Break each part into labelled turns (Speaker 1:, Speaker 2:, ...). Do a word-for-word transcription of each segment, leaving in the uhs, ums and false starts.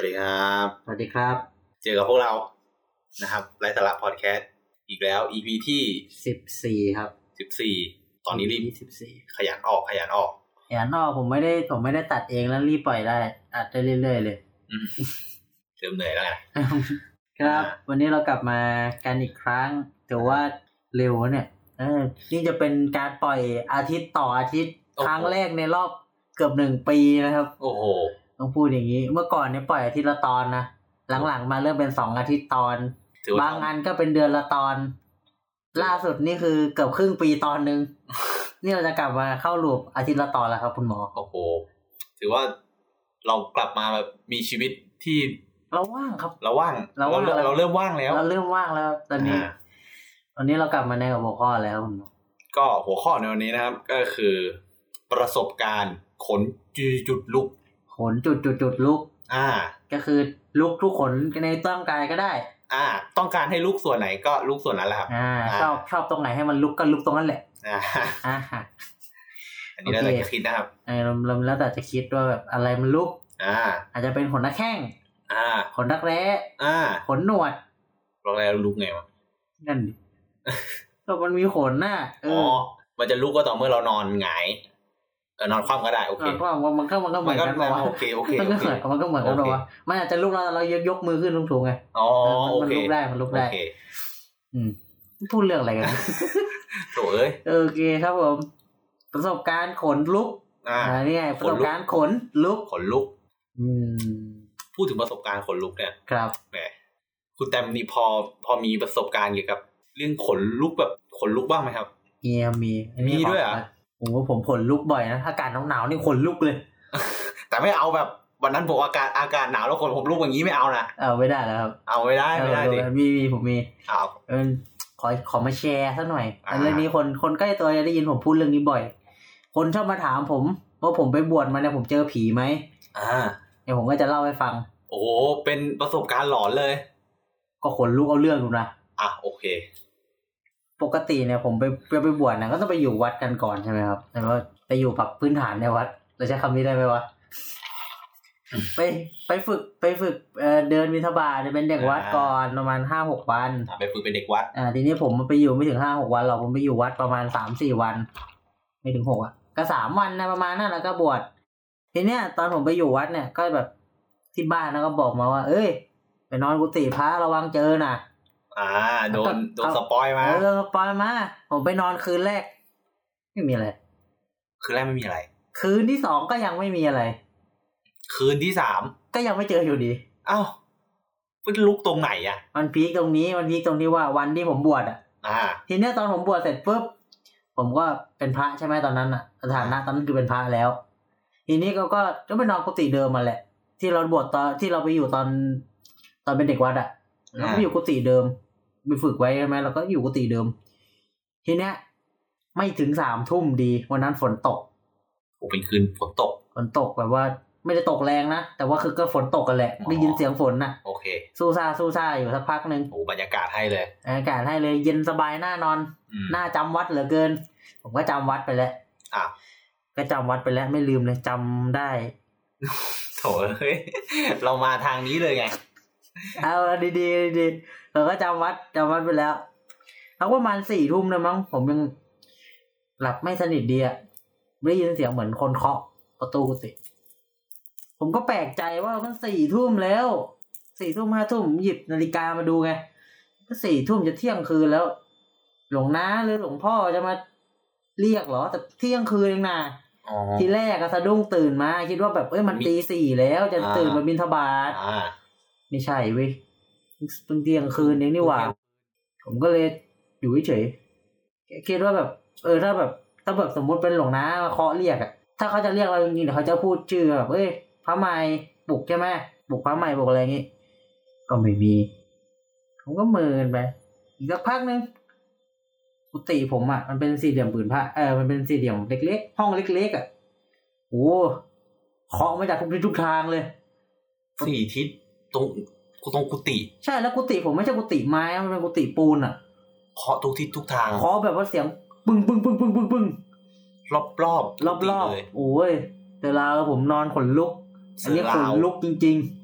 Speaker 1: ดีครับ
Speaker 2: สวัสดีครับ
Speaker 1: เจอกับพวกเรานะครับไร้สาระพอดแคสต์อีกแล้ว อี พี ที่
Speaker 2: สิบสี่ครับ
Speaker 1: สิบสี่ตอนนี้รีบ
Speaker 2: สิบสี่
Speaker 1: ขยันออกขยันออก
Speaker 2: ขยันออกผมไม่ได้ผมไม่ได้ตัดเองแล้วรีบปล่อยได้อัดได้เรื่อยๆเลย
Speaker 1: อืมเริ่มเหนื่อยแล้วไง
Speaker 2: ครับวันนี้เรากลับมากันอีกครั้งแต่ว่าเร็วเนี่ยเออนี่จะเป็นการปล่อยอาทิตย์ต่ออาทิตย์ครั้งแรกในรอบเกือบหนึ่งปีนะครับ
Speaker 1: โอ้โห
Speaker 2: ต้องพูดอย่างนี้เมื่อก่อนเนี่ยปล่อยอาทิตย์ละตอนนะหลังๆมาเริ่มเป็นสองอาทิตย์ตอนบางอันก็เป็นเดือนละตอนล่าสุดนี่คือเกือบครึ่งปีตอนนึง นี่เราจะกลับมาเข้าลูปอาทิตย์ละตอนแล้วครับคุณหมอ
Speaker 1: โอ้โหถือว่าเรากลับมาแบบมีชีวิตที่
Speaker 2: เราว่างครับ
Speaker 1: เราว่างเราเราเริ่มว่างแล้ว
Speaker 2: เราเริ่มว่างแล้วตอนนี้วันนี้เรากลับมาในหัวข้อแล้วคุณหมอ
Speaker 1: ก็หัวข้อในวันนี้นะครับก็คือประสบการณ์ขนจุดลุก
Speaker 2: ขนจุดจุดจุดลุก
Speaker 1: อ่า
Speaker 2: ก็คือลุกทุกขนในร่างกายก็ได้
Speaker 1: อ่าต้องการให้ลุกส่วนไหนก็ลุกส่วนนั้นแหละครับ
Speaker 2: อ่าชอบชอบตรงไหนให้มันลุกก็ลุกตรงนั้นแหละ
Speaker 1: อ่า
Speaker 2: อ่า
Speaker 1: อันนี้แล้วแต่จะคิดนะครับ
Speaker 2: เออเราแล้วแต่จะคิดว่าแบบอะไรมันลุก
Speaker 1: อ่า
Speaker 2: อาจจะเป็นขนหน้าแข้ง
Speaker 1: อ่า
Speaker 2: ขนรักแร้
Speaker 1: อ่า
Speaker 2: ขนหนวด
Speaker 1: รักแร้ลุกไงวะ
Speaker 2: นั่นดิก็มันมีขนน่ะเออ
Speaker 1: อ๋อมันจะลุกก็ต่อเมื่อเรานอนหงายเออนอนคว่ำก็ได้โอเคน
Speaker 2: อนคว่ำมันก็มันก็เหมือนกันป่าว
Speaker 1: โอเคโอเค
Speaker 2: มันก็เหมือนมันก็เหมือนกันป่าวมันอาจจะลุกแล้วเรายกมือขึ้นถูกๆไง
Speaker 1: อ๋อโอเค
Speaker 2: มันลุกได้มันลุกได้อืมพูดเรื่องอะไรกัน
Speaker 1: โถ่เอ้ย
Speaker 2: โอเคครับผมประสบการณ์ขนลุกอ่านี่ไงประสบการณ์ขนลุก
Speaker 1: ขนลุก
Speaker 2: อืม
Speaker 1: พูดถึงประสบการณ์ขนลุกเนี่ย
Speaker 2: ครับ
Speaker 1: แหมคุณแต้มนี่พอพอมีประสบการณ์เกี่ยวกับเรื่องขนลุกแบบขนลุกบ้างไหมครับ
Speaker 2: มีมี
Speaker 1: มีด้วยอ่ะ
Speaker 2: ผมว่าผมขนลุกบ่อยนะอากาศหนาวๆนี่ขนลุกเลย
Speaker 1: แต่ไม่เอาแบบวันนั้นผมอากาศอากาศหนาวแล้วขนผมลุกอย่างนี้ไม่เอานะ
Speaker 2: เอาไม่ได้แล้วครับ
Speaker 1: เอาไม่ได้ไม่ได้ดิ
Speaker 2: มีมีผมมี
Speaker 1: เอา
Speaker 2: เออขอขอมาแชร์สักหน่อยเรื่องนี้คนคนใกล้ตัวจะได้ยินผมพูดเรื่องนี้บ่อยคนชอบมาถามผมว่าผมไปบวชมาเนี่ยผมเจอผีไหม
Speaker 1: อ่า
Speaker 2: เดี๋ยวผมก็จะเล่าให้ฟัง
Speaker 1: โอ้เป็นประสบการณ์หลอนเลย
Speaker 2: ก็ขนลุกเอาเรื่องดูนะ
Speaker 1: อ่ะโอเค
Speaker 2: ปกติเนี่ยผมไปไปไปบวชนะก็ต้องไปอยู่วัดกันก่อนใช่ไหมครับแต่ว่าไปอยู่แบบพื้นฐานในวัดเราใช้คำนี้ได้ไหมวะไปไปฝึกไปฝึกเอ่อเดินบิณฑบาตเป็นเด็กวัดก่อนประมาณ ห้าหก วัน
Speaker 1: ไปฝึกเป็นเด็กวัด
Speaker 2: อ่าทีนี้ผมไปอยู่ไม่ถึง ห้าหก วันหรอกผมไปอยู่วัดประมาณ สามสี่ วันไม่ถึงหกอ่ะก็สามวันนะประมาณนั้นแล้วก็บวชทีเนี้ยตอนผมไปอยู่วัดเนี่ยก็แบบที่บ้านนะก็บอกมาว่าเอ้ยไปนอนกุฏิพระระวังเจอน่ะ
Speaker 1: อ่าโดนโดนสปอยมา
Speaker 2: เออสปอยมาผมไปนอนคืนแรกไม่มีอะไร
Speaker 1: คืนแรกไม่มีอะไร
Speaker 2: คืนที่สองก็ยังไม่มีอะไร
Speaker 1: คืนที่สาม
Speaker 2: ก็ยังไม่เจออยู่ดี
Speaker 1: อ้าวมันลุกตรงไหนอ่ะ
Speaker 2: มันพีคตรงนี้มันพีคตรงที่ว่าวันที่ผมบวชอ่ะ
Speaker 1: อ่า
Speaker 2: ทีเนี้ยตอนผมบวชเสร็จปุ๊บผมก็เป็นพระใช่ไหมตอนนั้นอ่ะสถานะตอนนั้นคือเป็นพระแล้วทีนี้เขาก็ก็ไปนอนกุฏิเดิมมาแหละที่เราบวชตอนที่เราไปอยู่ตอนตอนเป็นเด็กวัดอ่ะเราไปอยู่กุฏิเดิมไปฝึกไว้ใช่ไหมเราก็อยู่กุฏิเดิมทีเนี้ยไม่ถึงสามทุ่มดีวันนั้นฝนตก
Speaker 1: โอ้เป็นคืนฝนตก
Speaker 2: ฝนตกแบบว่าไม่ได้ตกแรงนะแต่ว่าคือก็ฝนตกกันแหละได้ยินเสียงฝนน่ะ
Speaker 1: โอเค
Speaker 2: สู้ซ่าสู้ซ่าอยู่สักพักนึง
Speaker 1: โอ้บรรยากาศให้เลย
Speaker 2: บรรยากาศให้เลยเย็นสบายน่านอนน่าจำวัดเหลือเกินผมก็จำวัดไปแล้ว
Speaker 1: อ่ะ
Speaker 2: ก็จำวัดไปแล้วไม่ลืมเลยจำได้
Speaker 1: โถ่เฮ้ยเรามาทางนี้เลยไง
Speaker 2: เอาดีๆดีๆเราก็จำวัดจำวัดไปแล้วเอาประมาณสี่ทุ่มเลยมั้งผมยังหลับไม่สนิทดีอ่ะได้ยินเสียงเหมือนคนเคาะประตูกุฏิผมก็แปลกใจว่ามันสี่ทุ่มแล้วสี่ทุ่มห้าทุ่มหยิบนาฬิกามาดูไงก็สี่ทุ่มจะเที่ยงคืนแล้วหลวงน้าหรือหลวงพ่อจะมาเรียกเหรอแต่เที่ยงคืนเองนะทีแรกก็สะดุ้งตื่นมาคิดว่าแบบเอ้ยมันตีสี่แล้วจะตื่นมาบิณฑบาตไม่ใช่เว้ยเพิ่งเที่ยงคืนเองนี่หว่าผมก็เลยอยู่เฉยๆคิดว่าแบบเออถ้าแบบถ้าแบบสมมติเป็นหลวงน้ามาเคาะเรียกอ่ะถ้าเขาจะเรียกเราจริงๆเดี๋ยวเขาจะพูดชื่อแบบเอ้ยพระใหม่ปลุกใช่ไหมปลุกพระใหม่ปลุกอะไรอย่างงี้ก็ไม่มีผมก็เมินไปอีกสักพักนึงกุฏิผมอ่ะมันเป็นสี่เหลี่ยมผืนผ้าเออมันเป็นสี่เหลี่ยมเล็กๆห้องเล็กๆอ่ะโอ้เคาะมาจากทุกทิศทุกทางเลย
Speaker 1: สี่ทิศตรงตรงกุฏิ
Speaker 2: ใช่แล้วกุฏิผมไม่ใช่กุฏิไม้มันเป็นกุฏิปูนอ่ะ
Speaker 1: เคาะทุกทิศทุกทาง
Speaker 2: เคาะแบบว่าเสียงปึ้งปึ้งปึ้งปึ้งปึ้งปึ้ง
Speaker 1: รอบรอบ
Speaker 2: รอบรอบโอ้ยแต่ลาผมนอนขนลุกอันนี้ขนลุกจริง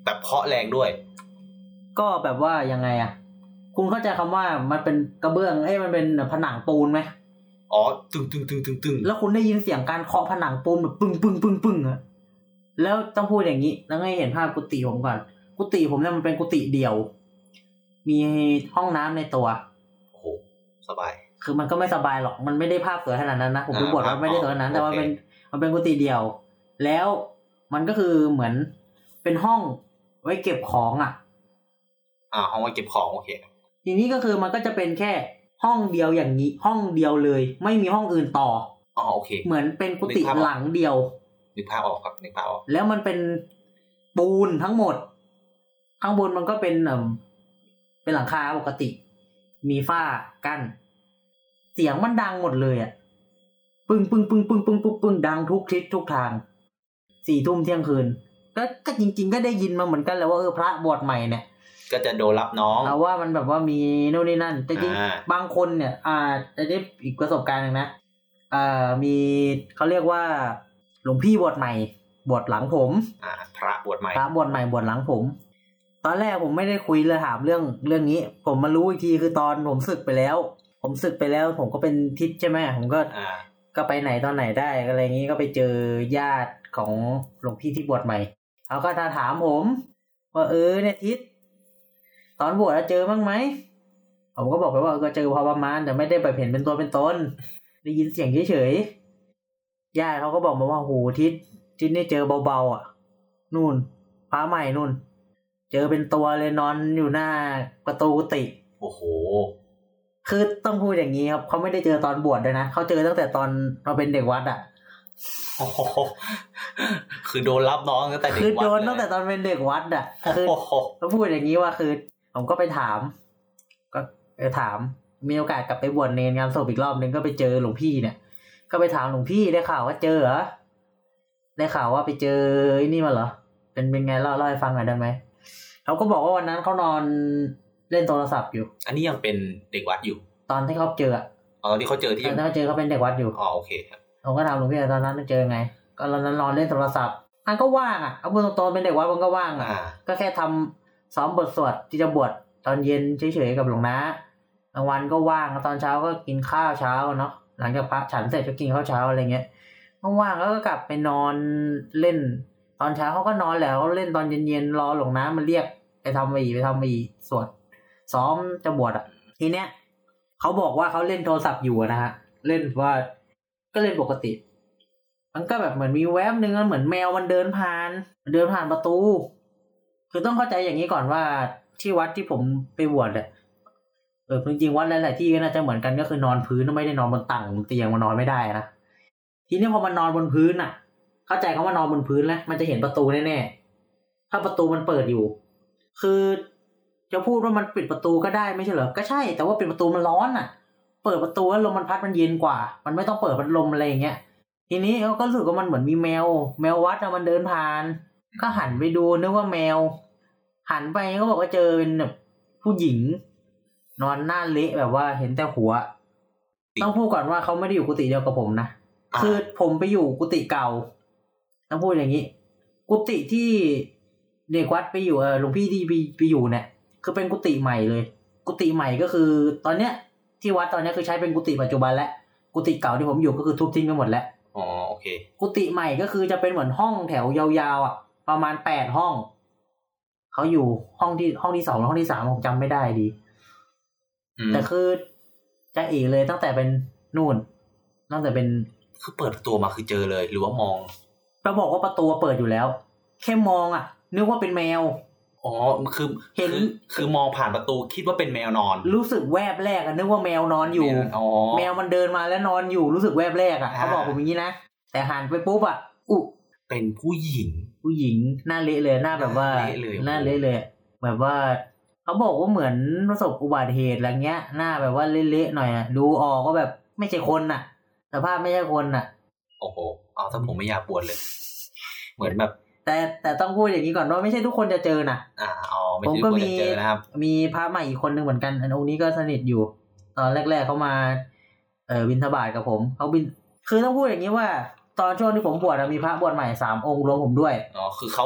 Speaker 1: แบบเคาะแรงด้วย
Speaker 2: ก็แบบว่ายังไงอ่ะคุณเข้าใจคำว่ามันเป็นกระเบื้องเอ้ยมันเป็นผนังปูนไหม
Speaker 1: อ๋อตึงตึงตึงตึงตึง
Speaker 2: แล้วคุณได้ยินเสียงการเคาะผนังปูนแบบปึ้งปึ้งปึ้งปึ้งอะแล้วต้องพูดอย่างนี้แล้วให้เห็นภาพกุฏิผมก่อนกุฏิผมเนี่ยมันเป็นกุฏิเดี่ยวมีห้องน้ำในตัว
Speaker 1: โอ้โหสบาย
Speaker 2: คือมันก็ไม่สบายหรอกมันไม่ได้ภาพสวยขนาดนั้นนะผมดูบทว่าไม่ได้สวยขนาดนั้นแต่ว่าเป็นมันเป็นกุฏิเดี่ยวแล้วมันก็คือเหมือนเป็นห้องไว้เก็บของอ่ะ
Speaker 1: อ่าห้องไว้เก็บของโอเค
Speaker 2: ทีนี้ก็คือมันก็จะเป็นแค่ห้องเดียวอย่างนี้ห้องเดียวเลยไม่มีห้องอื่นต่อ
Speaker 1: อ๋อโอเค
Speaker 2: เหมือนเป็นกุฏิหลังเดียว
Speaker 1: นึกภาพออกครับนึกภาพออก
Speaker 2: แล้วมันเป็นปูนทั้งหมดข้างบนมันก็เป็นเอ่อเป็นหลังคาปกติมีฝ้ากั้นเสียงมันดังหมดเลยอ่ะปึ้งปึ้งปึ้งปึ้งปึ้งปึ้งปึ้งดังทุกทิศทุกทางสี่ทุ่มเที่ยงคืนก็ก็จริงๆก็ได้ยินมาเหมือนกันแหละว่าเออพระบวชใหม่เนี่ย
Speaker 1: ก็จะโดนรับน้อง
Speaker 2: เอาว่ามันแบบว่ามีโน่นนี่นั่นแต่จริงบางคนเนี่ยอ่าจะได้อีกประสบการณ์นึงนะอ่ามีเขาเรียกว่าหลวงพี่บวชใหม่บวชหลังผม
Speaker 1: อ่าพระบวชใหม่
Speaker 2: พระบวชใหม่บวชหลังผมตอนแรกผมไม่ได้คุยเลยถามเรื่องเรื่องนี้ผมมารู้อีกทีคือตอนผมสึกไปแล้วผมสึกไปแล้วผมก็เป็นทิศใช่ไหมผมก็
Speaker 1: อ่า
Speaker 2: ก็ไปไหนตอนไหนได้อะไรอย่างนี้ก็ไปเจอญาติของหลวงพี่ที่บวชใหม่เขาก็ถามผมว่าเออเนี่ยทิศตอนบวชเจอบ้างไหมผมก็บอกไปว่าก็เจอพอประมาณแต่ไม่ได้แบบเห็นเป็นตัวเป็นตนได้ยินเสียงเฉยๆญาติเขาก็บอกมาว่าโหทิศทิศนี่เจอเบาๆอ่ะนู่นพระใหม่นู่นเจอเป็นตัวเลยนอนอยู่หน้าประตูกุฏิ
Speaker 1: โอ้โห
Speaker 2: คือต้องพูดอย่างนี้ครับเขาไม่ได้เจอตอนบวชด้วยนะเขาเจอตั้งแต่ตอนเราเป็นเด็กวัดอ่ะ
Speaker 1: โอ้โหคือโดนรับน้องตั้งแต่เด็กวัด
Speaker 2: คือโดนตั้งแต่ตอนเป็นเด็กวัดอ่ะคือต้องพูดอย่างนี้ว่าคือผมก็ไปถามก็ไปถามมีโอกาสกลับไปบวชเนรงานศพอีกรอบนึงก็ไปเจอหลวงพี่เนี่ยก็ไปถามหลวงพี่ได้ข่าวว่าเจอเหรอได้ข่าวว่าไปเจอไอ้นี่มาเหรอเป็นเป็นไงเล่าเล่าให้ฟังหน่อยได้ไหมเขาก็บอกว่าวันนั้นเขานอนเล่นโทรศัพท์อยู่
Speaker 1: อันนี้ยังเป็นเด็กวัดอยู่
Speaker 2: ตอนที่เขาเจอ
Speaker 1: อ๋อตอนที่เขาเจอที่
Speaker 2: ตอนที่เขาเจอเขาเป็นเด็กวัดอยู่
Speaker 1: อ๋อโอเคครับ
Speaker 2: ผมก็ถามหลวงพี่ตอนนั้นเจอไงก็ตอนนั้นนอนเล่นโทรศัพท์มันก็ว่างอ่ะเอาพูดตรงๆเป็นเด็กวัดมันก็ว่างอ่ะก็แค่ทำซ้อมบทสวดที่จะบวชตอนเย็นเฉยๆกับหลวงน้ากลางวันก็ว่างตอนเช้าก็กินข้าวเช้าเนาะหลังจากพระฉันเสร็จก็กินข้าวเช้าอะไรเงี้ยว่างๆแล้วก็กลับไปนอนเล่นตอนเช้าเขาก็นอนแล้วเล่นตอนเย็นๆรอหลวงน้ามันเรียกไปทำอีกไปทำอีกสวดซ้อมจะบวชอ่ะทีเนี้ยเขาบอกว่าเขาเล่นโทรศัพท์อยู่นะฮะเล่นว่าก็เล่นปกติมันก็แบบเหมือนมีแวบนึงเหมือนแมวมันเดินผ่านมันเดินผ่านประตูคือต้องเข้าใจอย่างนี้ก่อนว่าที่วัดที่ผมไปบวชเนี่ยเออจริงๆวัดหลายๆที่ก็น่าจะเหมือนกันก็คือนอนพื้นไม่ได้นอนบนตังบนเตียงมันนอนไม่ได้นะทีนี้พอมันนอนบนพื้นอ่ะเข้าใจคำว่านอนบนพื้นแล้วมันจะเห็นประตูแน่ๆถ้าประตูมันเปิดอยู่คือจะพูดว่ามันปิดประตูก็ได้ไม่ใช่เหรอก็ใช่แต่ว่าปิดประตูมันร้อนอ่ะเปิดประตูแล้วลมมันพัดมันเย็นกว่ามันไม่ต้องเปิดพัดลมอะไรอย่างเงี้ยทีนี้เขาก็รู้สึกว่ามันเหมือนมีแมวแมววัดอะมันเดินผ่านก็หันไปดูนึกว่าแมวหันไปก็บอกว่าเจอเป็นแบบผู้หญิงนอนหน้าเละแบบว่าเห็นแต่หัวต้องพูดก่อนว่าเขาไม่ได้อยู่กุฏิเดียวกับผมนะคือผมไปอยู่กุฏิเก่าต้องพูดอย่างนี้กุฏิที่เด็กวัดไปอยู่เออหลวงพี่ที่ไปอยู่เนี่ยคือเป็นกุฏิใหม่เลยกุฏิใหม่ก็คือตอนเนี้ยที่วัดตอนนี้คือใช้เป็นกุฏิปัจจุบันแล้วกุฏิเก่าที่ผมอยู่ก็คือทุบทิ้งไปหมดแล้ว
Speaker 1: อ๋อโอเค
Speaker 2: กุฏิใหม่ก็คือจะเป็นเหมือนห้องแถวยาวๆอ่ะประมาณแปดห้องเขาอยู่ห้องที่ห้องที่สองห้องที่สามผมจำไม่ได้ดีแต่คือจะเอกเลยตั้งแต่เป็นนู่นตั้งแต่เป็น
Speaker 1: คือเปิดประตูมาคือเจอเลยหรือว่ามอง
Speaker 2: จะบอกว่าประตูเปิดอยู่แล้วแค่มองอ่ะนึกว่าเป็นแมว
Speaker 1: อ๋อคือเห็นคือมองผ่านประตูคิดว่าเป็นแมวนอน
Speaker 2: รู้สึกแวบแรกอ่ะนึกว่าแมวนอนอยู่แมวมันเดินมาแล้วนอนอยู่รู้สึกแวบแรกอ่ะเขาบอกผมอย่างนี้นะแต่หันไปปุ๊บอ่ะอุ๊
Speaker 1: เป็นผู้หญิง
Speaker 2: ผู้หญิงหน้าเละเลยหน้าแบบว่าหน้าเละเลยแบบว่าเขาบอกว่าเหมือนประสบอุบัติเหตุอะไรเงี้ยหน้าแบบว่าเละๆหน่อยอ่ะดูออกก็แบบไม่ใช่คนน่ะสภาพไม่ใช่คนน่ะ
Speaker 1: โอ้โหเอาถ้าผมไม่อยากบวชเลยเหมือนแบบ
Speaker 2: แต่แต่ต้องพูดอย่างนี้ก่อนว่าไม่ใช่ทุกคนจะเจอนะ
Speaker 1: อ่าอ๋อไม่ใช่ทุกคนจะเจอนะครับ
Speaker 2: มีพระใหม่อีกคนนึงเหมือนกันอันองค์นี้ก็สนิทอยู่ตอนแรกๆเขามาเอ่อบิณฑบาตกับผมเขาบินคือต้องพูดอย่างนี้ว่าตอนช่วงที่ผมบวชมีพระบวชใหม่สามองค์รวมผมด้วย
Speaker 1: อ๋อคือเขา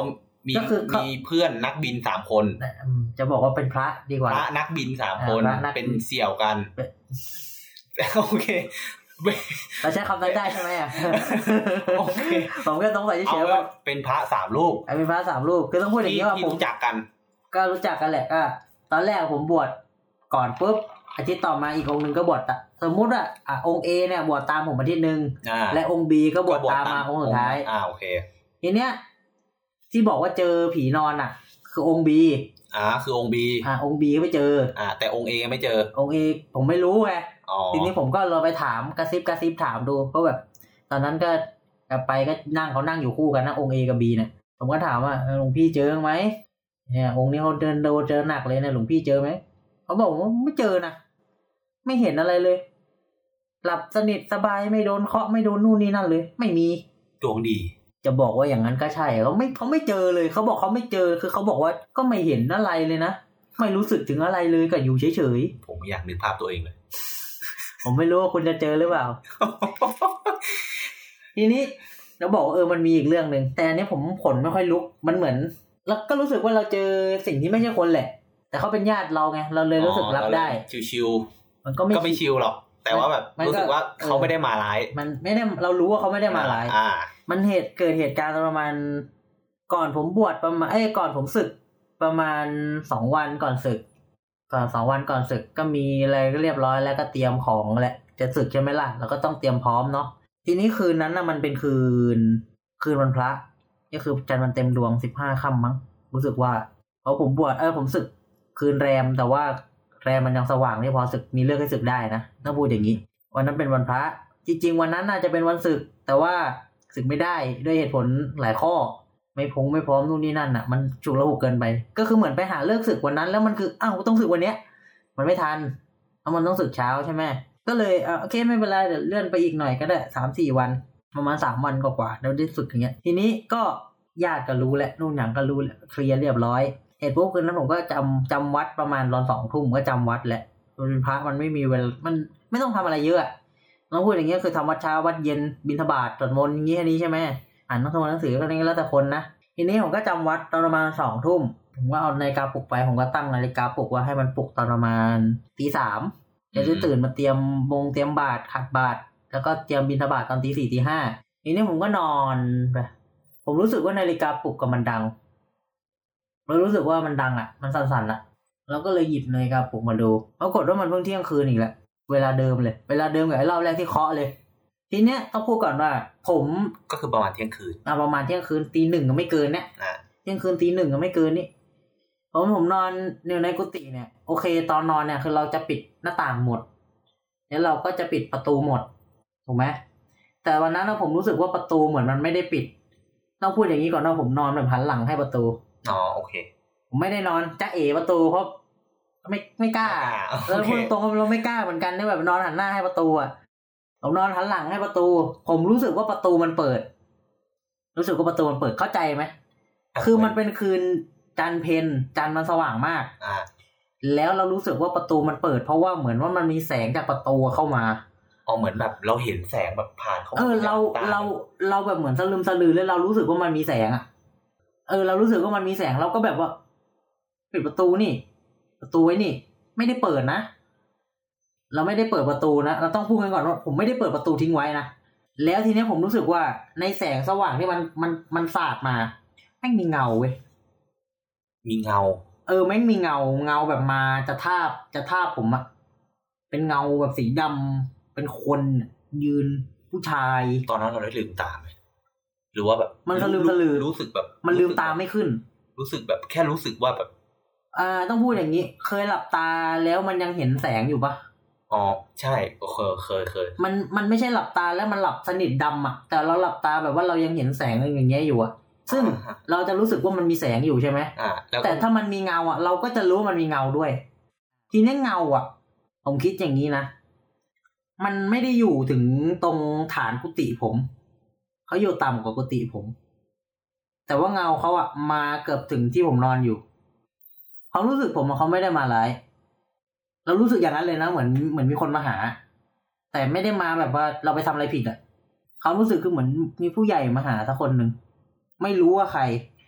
Speaker 1: มีมีเพื่อนนักบินสามคน
Speaker 2: จะบอกว่าเป็นพระดีกว่า
Speaker 1: พระนักบินสามคนเป็นเสี่ยวกันโอเค
Speaker 2: เราใช้คำนั้นได้ใช่ไหมอ่ะโอเคผมก็ต้องใส่เฉยๆว่า
Speaker 1: เป็นพระสามรูป
Speaker 2: เป็นพระสามรูปคือต้องพูดอย่างนี้ว่า
Speaker 1: ผมรู้จักกัน
Speaker 2: ก็รู้จักกันแหละก็ตอนแรกผมบวชก่อนปุ๊บอาทิตย์ต่อมาอีกองค์นึงก็บวชสมมุติว่าอ่ะองค์ A เนี่ยบวชตามผมอาทิตย์นึงและองค์ B ก็บวชตามมาองค์สุดท้าย
Speaker 1: อ่าโอเค
Speaker 2: ทีเนี้ยที่บอกว่าเจอผีนอนอ่ะคือองค์ B
Speaker 1: อ่าคือองค์ B
Speaker 2: อ่าองค์ B ก็ไม่เจอ
Speaker 1: อ่าแต่องค์ A ไม่เจอ
Speaker 2: องค์ A ผมไม่รู้ไงทีนี้ผมก็เราไปถามกระซิบกระซิบถามดูเพราะแบบตอนนั้นก็กลับไปก็นั่งเขานั่งอยู่คู่กันนะองค์ A กับ B เนี่ยผมก็ถามว่าหลวงพี่เจอไหมเนี่ยองค์นี้เขาเดินโดนเจอหนักเลยนะหลวงพี่เจอไหมเขาบอกว่าไม่เจอนะไม่เห็นอะไรเลยหลับสนิทสบายไม่โดนเคาะไม่โดนนู่นนี่นั่นเลยไม่มี
Speaker 1: ดวงดี
Speaker 2: จะบอกว่าอย่างนั้นก็ใช่เขาไม่เขาไม่เจอเลยเขาบอกเขาไม่เจอคือเขาบอกว่าก็ไม่เห็นอะไรเลยนะไม่รู้สึกถึงอะไรเลยก็อยู่เฉย
Speaker 1: ๆผมอยากนึกภาพตัวเองเลย
Speaker 2: ผมไม่รู้ว่าคุณจะเจอหรือเปล่า ทีนี้เราบอกเออมันมีอีกเรื่องนึงแต่อันนี้ผมขนไม่ค่อยลุกมันเหมือนแล้วก็รู้สึกว่าเราเจอสิ่งที่ไม่ใช่คนแหละแต่เขาเป็นญาติเราไงเราเลยรู้สึกรับได้
Speaker 1: ชิว
Speaker 2: ๆมันก็ไม่
Speaker 1: ก็ไม่ชิวหรอกแต่ว่าแบบรู้สึกว่าเขาไม่ได้มาร้าย
Speaker 2: มันไม่ได้เรารู้ว่าเขาไม่ได้มาร้ายมันเหตุเกิดเหตุการณ์ประมาณก่อนผมบวชประมาณเอ้ยก่อนผมศึกประมาณสองวันก่อนศึกก่อนสองวันก่อนศึกก็มีอะไรก็เรียบร้อยแล้วก็เตรียมของแหละจะศึกใช่ไหมล่ะเราก็ต้องเตรียมพร้อมเนาะทีนี้คืนนั้นน่ะมันเป็นคืนคืนวันพระก็คือจันทร์วันเต็มดวงสิบห้าค่ำมั้งรู้สึกว่าเพราะผมบวชเออผมศึกคืนแรมแต่ว่าแรมมันยังสว่างนี่พอศึกมีเรื่องให้ศึกได้นะต้องพูดอย่างนี้วันนั้นเป็นวันพระจริงๆวันนั้นน่าจะเป็นวันศึกแต่ว่าศึกไม่ได้ด้วยเหตุผลหลายข้อไม่พงไม่พร้อมนู่นนี่นั่นน่ะมันฉุกละหุกเกินไปก็คือเหมือนไปหาเลิกศึกวันนั้นแล้วมันคืออ้าวต้องศึกวันเนี้ยมันไม่ทันเพราะมันต้องศึกเช้าใช่ไหมก็เลยอ่ะโอเคไม่เป็นไรเดี๋ยวเลื่อนไปอีกหน่อยก็ได้ สามสี่ วันประมาณสามวันกว่าๆแล้วได้ศึกอย่างเงี้ยทีนี้ก็ญาติก็รู้แหละนู่นหยังก็รู้แหละเคลียร์เรียบร้อยเหตุปุ๊บคืนนั้นผมก็จำจำวัดประมาณตอนสองทุ่มก็จำวัดแหละเป็นพระมันไม่มีเวลามันไม่ต้องทำอะไรเยอะต้องพูดอย่างเงี้ยคือทำวัดเช้าวัดเย็นบิณฑบาตสวดมนต์อย่างงี้แค่นี้ใช่ไหมอ่านหนังสือหนังสือก็นี้แล้วแต่คนนะทีนี้ผมก็จำวัดตอนประมาณสองทุ่มผมก็เอานาฬิกาปลุกไปผมก็ตั้งนาฬิกาปลุกว่าให้มันปลุกตอนประมาณตีสามจะได้ตื่นมาเตรียมบงเตรียมบาตรขัดบาตรแล้วก็เตรียมบิณฑบาตตอนตีสี่ตีห้าทีนี้ผมก็นอนไปผมรู้สึกว่านาฬิกาปลุกกับมันดังเรารู้สึกว่ามันดังอ่ะมันสั่นๆอ่ะแล้วก็เลยหยิบนาฬิกาปลุกมาดูปรากฏว่ามันเพิ่งเที่ยงคืนอีกแล้วเวลาเดิมเลยเวลาเดิมกับไอ้รอบแรกที่เคาะเลยทีเนี้ยต้องพูดก่อนว่าผม
Speaker 1: ก็คือประมาณเที่ยงคืน
Speaker 2: อ่ะประมาณเที่ยงคืนตีหนึ่งก็ไม่เกินเนี่ยเที่ยงคืนตีหนึ่งก็ไม่เกินนี่ผมผมนอนอยู่ในกุฏิเนี่ยโอเคตอนนอนเนี่ยคือเราจะปิดหน้าต่างหมดแล้วเราก็จะปิดประตูหมดถูกไหมแต่วันนั้นผมรู้สึกว่าประตูเหมือนมันไม่ได้ปิดต้องพูดอย่างนี้ก่อนว่าผมนอนแบบหันหลังให้ประตู
Speaker 1: อ๋อโอเค
Speaker 2: ผมไม่ได้นอนจ๊ะเอ๋ประตูเพราะไม่ไม่กล้าแล้วพูดตรงๆเราไม่กล้าเหมือนกันที่แบบนอนหันหน้าให้ประตูอ่ะผมนอนหันหลังให้ประตูผมรู้สึกว่าประตูมันเปิดรู้สึกว่าประตูมันเปิดเข้าใจไหมคือมันเป็นคืนจันทร์เพ็ญจันทร์มันสว่างมากแล้วเรารู้สึกว่าประตูมันเปิดเพราะว่าเหมือนว่ามันมีแสงจากประตูเข้ามา
Speaker 1: อ๋อเหมือนแบบเราเห็นแสงแบบผ่านเข้ามา
Speaker 2: เออเราเราเราแบบเหมือนสลืมสลือแล้วเรารู้สึกว่ามันมีแสงอ่ะเออเรารู้สึกว่ามันมีแสงเราก็แบบว่าปิดประตูนี่ประตูไว้นี่ไม่ได้เปิดนะเราไม่ได้เปิดประตูนะเราต้องพูดกันก่อนว่าผมไม่ได้เปิดประตูทิ้งไว้นะแล้วทีนี้ผมรู้สึกว่าในแสงสว่างที่มันมันมันสาดมาแม่งมีเงาเว้ย
Speaker 1: มีเงา
Speaker 2: เออแม่งมีเงาเงาแบบมาจะทาบจะทาบผมอะเป็นเงาแบบสีดำเป็นคนยืนผู้ชาย
Speaker 1: ตอนนั้นเราได้ลืมตาไหมหรือว่าแบบ
Speaker 2: มันก็ลืมสลือ
Speaker 1: รู้สึกแบบ
Speaker 2: มันลืมตาไม่ขึ้น
Speaker 1: รู้สึกแบบแค่รู้สึกว่าแบบ
Speaker 2: อ่าต้องพูดอย่างนี้เคยหลับตาแล้วมันยังเห็นแสงอยู่ปะ
Speaker 1: อ๋อใช่เคยเคยเคย
Speaker 2: มันมันไม่ใช่หลับตาแล้วมันหลับสนิทดำอ่ะแต่เราหลับตาแบบว่าเรายังเห็นแสงอย่างเงี้ยอยู่อ่ะซึ่งเราจะรู้สึกว่ามันมีแสงอยู่ใช่ไหม
Speaker 1: อ่า
Speaker 2: แต่ถ้ามันมีเงาอ่ะเราก็จะรู้ว่ามันมีเงาด้วยทีนี้เงาอ่ะผมคิดอย่างนี้นะมันไม่ได้อยู่ถึงตรงฐานกุฏิผมเขาอยู่ต่ำกว่ากุฏิผมแต่ว่าเงาเขาอ่ะมาเกือบถึงที่ผมนอนอยู่เขารู้สึกผมว่าเขาไม่ได้มาร้ายเรารู้สึกอย่างนั้นเลยนะเหมือนเหมือนมีคนมาหาแต่ไม่ได้มาแบบว่าเราไปทำอะไรผิดอ่ะเขารู้สึกคือเหมือนมีผู้ใหญ่มาหาสักคนหนึ่งไม่รู้ว่าใคร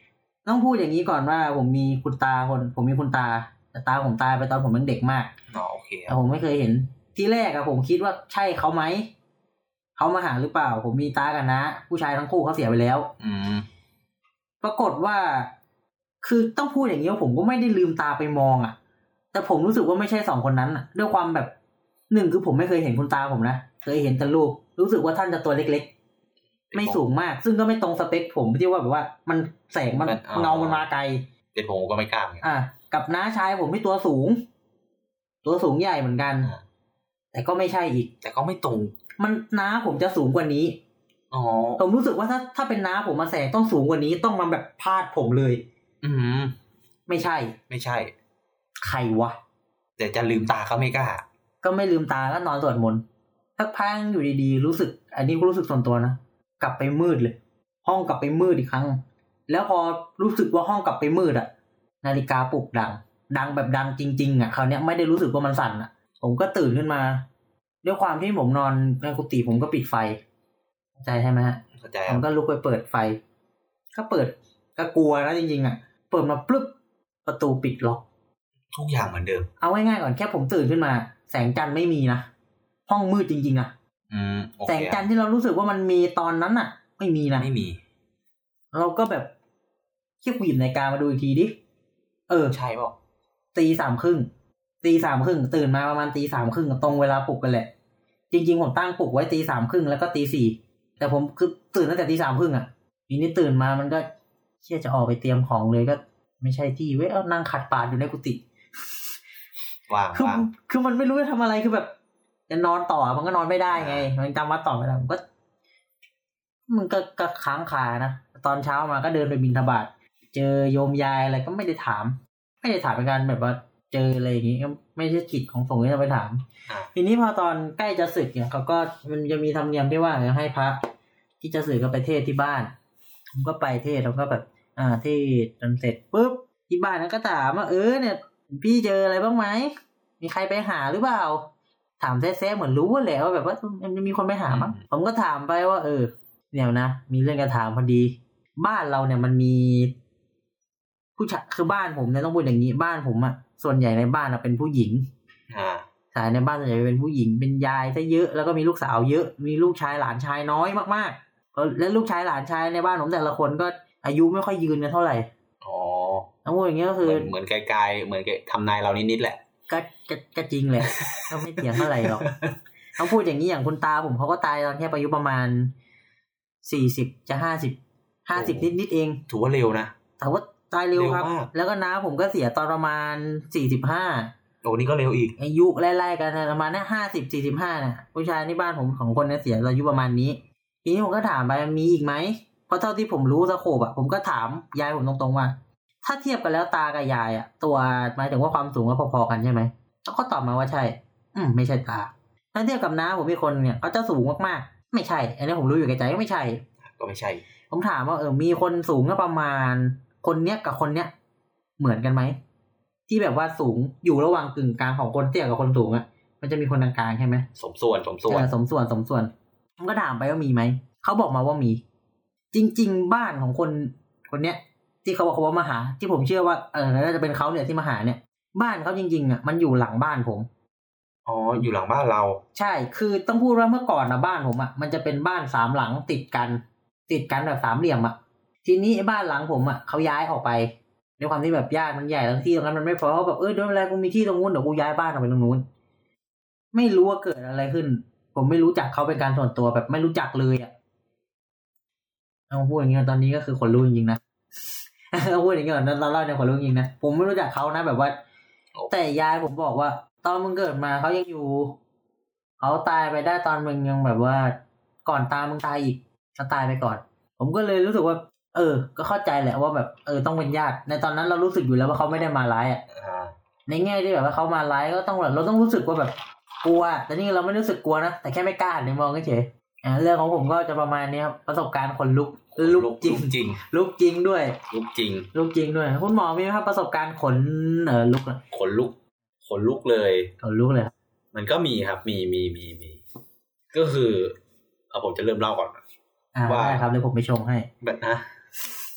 Speaker 2: ต้องพูดอย่างนี้ก่อนว่าผมมีคุณตาคนผมมีคุณตาแต่ตาผมตายไปตอนผมยังเด็กมาก
Speaker 1: อ๋อโอเค
Speaker 2: แต่ผมไม่เคยเห็นที่แรกอะผมคิดว่าใช่เขาไหมเขามาหาหรือเปล่าผมมีตากันนะผู้ชายทั้งคู่เขาเสียไปแล้ว
Speaker 1: อืม
Speaker 2: ปรากฏว่าคือต้องพูดอย่างนี้ว่าผมก็ไม่ได้ลืมตาไปมองอะแต่ผมรู้สึกว่าไม่ใช่สองคนนั้นอะด้วยความแบบหนึ่งคือผมไม่เคยเห็นคุณตาผมนะเคยเห็นแต่รูปรู้สึกว่าท่านจะตัวเล็กๆไม่สูงมากซึ่งก็ไม่ตรงสเปคผมที่ว่าแบบว่ามันแสงมันเงามันมาไกล
Speaker 1: เป็นผมก็ไม่กล้าเหมือนกัน
Speaker 2: อ่ะกับน้าชายผมที่ตัวสูงตัวสูงใหญ่เหมือนกันแต่ก็ไม่ใช่อีก
Speaker 1: แต่ก็ไม่ตรง
Speaker 2: มันน้าผมจะสูงกว่านี้
Speaker 1: อ๋อ
Speaker 2: ผมรู้สึกว่าถ้าถ้าเป็นน้าผมมาแสงต้องสูงกว่านี้ต้องมาแบบพาดผมเลย
Speaker 1: อืม
Speaker 2: ไม่ใช่
Speaker 1: ไม่ใช่
Speaker 2: ใครวะ
Speaker 1: แต่จะลืมตาก็ไม่กล้า
Speaker 2: ก็ไม่ลืมตาก็นอนสวดมนต์สักพักอยู่ดีๆรู้สึกอันนี้ก็รู้สึกส่วนตัวนะกลับไปมืดเลยห้องกลับไปมืดอีกครั้งแล้วพอรู้สึกว่าห้องกลับไปมืดอะนาฬิกาปลุกดังดังแบบดังจริงๆอะคราวนี้ไม่ได้รู้สึกว่ามันสั่นอะผมก็ตื่นขึ้นมาด้วยความที่ผมนอนในกุฏิผมก็ปิดไฟเข้าใจใช่ไหมฮะ
Speaker 1: เข้าใจ
Speaker 2: ผมก็ลุกไปเปิดไฟก็เปิดก็กลัวนะจริงๆอะเปิดมาปึ๊บประตูปิดล็อก
Speaker 1: ทุกอย่างเหมือนเดิม
Speaker 2: เอาง่ายๆก่อนแค่ผมตื่นขึ้นมาแสงจันทร์ไม่มีนะห้องมืดจริงๆนะ
Speaker 1: อืมโอเค
Speaker 2: แสงจันทร์ที่เรารู้สึกว่ามันมีตอนนั้นน่ะไม่มีนะ
Speaker 1: ไม่มี
Speaker 2: เราก็แบบคิดหยิบนาฬิกามาดูอีกทีดิเออ
Speaker 1: ใช่ป่ะ
Speaker 2: ตีสามครึ่งตีสามครึ่งตื่นมาประมาณตีสามครึ่งตรงเวลาปลุกกันแหละจริงๆผมตั้งปลุกไว้ตีสามครึ่งแล้วก็ตีสี่แต่ผมคือตื่นตั้งแต่ตีสามครึ่งอ่ะทีนี้ตื่นมามันก็เชี่ยจะออกไปเตรียมของเลยก็ไม่ใช่ที่เว้ยเอานั่งขัดปาดอยู่ในกุฏิ
Speaker 1: ว่าง
Speaker 2: คือคือมันไม่รู้จะทำอะไรคือแบบจะนอนต่อมันก็นอนไม่ได้ไงมันจำวัดต่อไม่ได้มันก็มันก็ก็ค้างคานะตอนเช้ามาก็เดินไปบิณฑบาตเจอโยมยายอะไรก็ไม่ได้ถามไม่ได้ถามเป็นการแบบว่าเจออะไรอย่างงี้ก็ไม่ใช่กิจของสงฆ์ที่จะไปถามทีนี้พอตอนใกล้จะสึกเนี่ยเขาก็มันจะมีธรรมเนียมที่ว่าให้พระที่จะสึกก็ไปเทศที่บ้านผมก็ไปเทศแล้วก็แบบอ่าเทศจนเสร็จปุ๊บที่บ้านนั้นก็ถามว่าเออเนี่ยพี่เจออะไรบ้างไหมมีใครไปหาหรือเปล่าถามแซ่ๆเหมือนรู้แหละว่าแบบว่ามันมีคนไปหามั้งผมก็ถามไปว่าเออเนี่ยนะมีเรื่องจะถามพอดีบ้านเราเนี่ยมันมีผู้ชายคือบ้านผมเนี่ยต้องพูดอย่างนี้บ้านผมอ่ะส่วนใหญ่ในบ้านเป็นผู้หญิง
Speaker 1: อ่า
Speaker 2: สายในบ้านส่วนใหญ่เป็นผู้หญิงเป็นยายซะเยอะแล้วก็มีลูกสาวเยอะมีลูกชายหลานชายน้อยมากๆแล้วลูกชายหลานชายในบ้านผมแต่ละคนก็อายุไม่ค่อยยืนกันเท่าไหร่
Speaker 1: อ๋อ
Speaker 2: ต้องพูดอย่างนี้ก็คือ
Speaker 1: เหมือนไกลๆเหมือนทำนายเรานิดๆแหละ
Speaker 2: ก็ก็จริงแหละก็ไม่เถียงเท่าไหร่หรอกต้องพูดอย่างนี้อย่างคุณตาผมเขาก็ตายตอนแค่อายุประมาณสี่สิบจะห้าสิบห้าสิบนิดๆเอง
Speaker 1: ถือว่าเร็วนะ
Speaker 2: แต่ว่าตายเร็วครับแล้วก็น้าผมก็เสียตอนประมาณสี่สิบห้า
Speaker 1: โอ้นี่ก็เร็วอีก
Speaker 2: อายุไล่ๆกันประมาณนั้นห้าสิบ สี่สิบห้าน่ะผู้ชายในบ้านผมของคนเนี่ยเสียอายุประมาณนี้ทีนี้ผมก็ถามไปมีอีกไหมเพราะเท่าที่ผมรู้สโคปอ่ะผมก็ถามยายผมตรงๆว่าถ้าเทียบกันแล้วตากับยายอ่ะตัวหมายถึงว่าความสูงก็พอๆกันใช่ไหมเขาก็ตอบมาว่าใช่อืมไม่ใช่ตาถ้าเทียบกับน้าผมมีคนเนี่ยเขาจะสูงมากๆไม่ใช่อันนี้ผมรู้อยู่แก่ใจก็ไม่ใช่
Speaker 1: ก็ไม่ใช่
Speaker 2: ผมถามว่าเออมีคนสูงก็ประมาณคนเนี้ยกับคนเนี้ยเหมือนกันไหมที่แบบว่าสูงอยู่ระหว่างกึ่งกลางของคนเตี้ยกับคนสูงอ่ะมันจะมีคนกลางๆใช่ไหม
Speaker 1: สมส่วนสมส่วน
Speaker 2: สมส่วนสมส่วนผมก็ถามไปว่ามีไหมเขาบอกมาว่ามีจริงๆบ้านของคนคนเนี้ยที่เขาบอกเขาว่ามาหาที่ผมเชื่อว่าเออน่าจะเป็นเขาเนี่ยที่มาหาเนี่ยบ้านเขาจริงๆอ่ะมันอยู่หลังบ้านผม
Speaker 1: อ๋ออยู่หลังบ้านเรา
Speaker 2: ใช่คือต้องพูดว่าเมื่อก่อนนะบ้านผมอ่ะมันจะเป็นบ้านสามหลังติดกันติดกันแบบสามเหลี่ยมอ่ะทีนี้ไอ้บ้านหลังผมอ่ะเขาย้ายออกไปด้วยความที่แบบญาติมันใหญ่ทั้งที่ตรงนั้นมันไม่พอเขาแบบเออเดี๋ยวเวลากูมีที่ตรงนู้นเดี๋ยวกูย้ายบ้านออกไปตรงนู้นไม่รู้ว่าเกิดอะไรขึ้นผมไม่รู้จักเขาเป็นการส่วนตัวแบบไม่รู้จักเลยอ่ะเอาพูดอย่างนี้ตอนนี้ก็คือคนรู้จริงๆนะเอาพูดอย่างนี้ก่อนเราเล่าในคนรู้จริงๆนะผมไม่รู้จักเขานะแบบว่าแต่ยายผมบอกว่าตอนมึงเกิดมาเขายังอยู่เขาตายไปได้ตอนมึงยังแบบว่าก่อนตามึงตายอีกเขาตายไปก่อนผมก็เลยรู้สึกว่าเออก็เข้าใจแหละว่าแบบเออต้องเป็นญาติในตอนนั้นเรารู้สึกอยู่แล้วว่าเขาไม่ได้มาร้ายอ่ะในแง่ที่แบบว่าเขามาร้ายก็ต้องแบบเราต้องรู้สึกว่าแบบกลัวแต่นี่เราไม่รู้สึกกลัวนะแต่แค่ไม่กล้าเลยมองเฉยๆอ่าเรื่องของผมก็จะประมาณนี้ครับประสบการณ์ขนลุกลุกจริง
Speaker 1: จริง
Speaker 2: ลุกจริงด้วย
Speaker 1: ลุกจริง
Speaker 2: ลุกจริงด้วยคุณหมอมีไหมครับประสบการณ์ขนเออลุก
Speaker 1: ขนลุกขนลุกเลย
Speaker 2: ขนลุกเลย
Speaker 1: มันก็มีครับมีมีมีมีก็คือเอาผมจะเริ่มเล่าก่อน
Speaker 2: ว่าได้ครับเดี๋ยวผมไปชงให้
Speaker 1: แบบนะ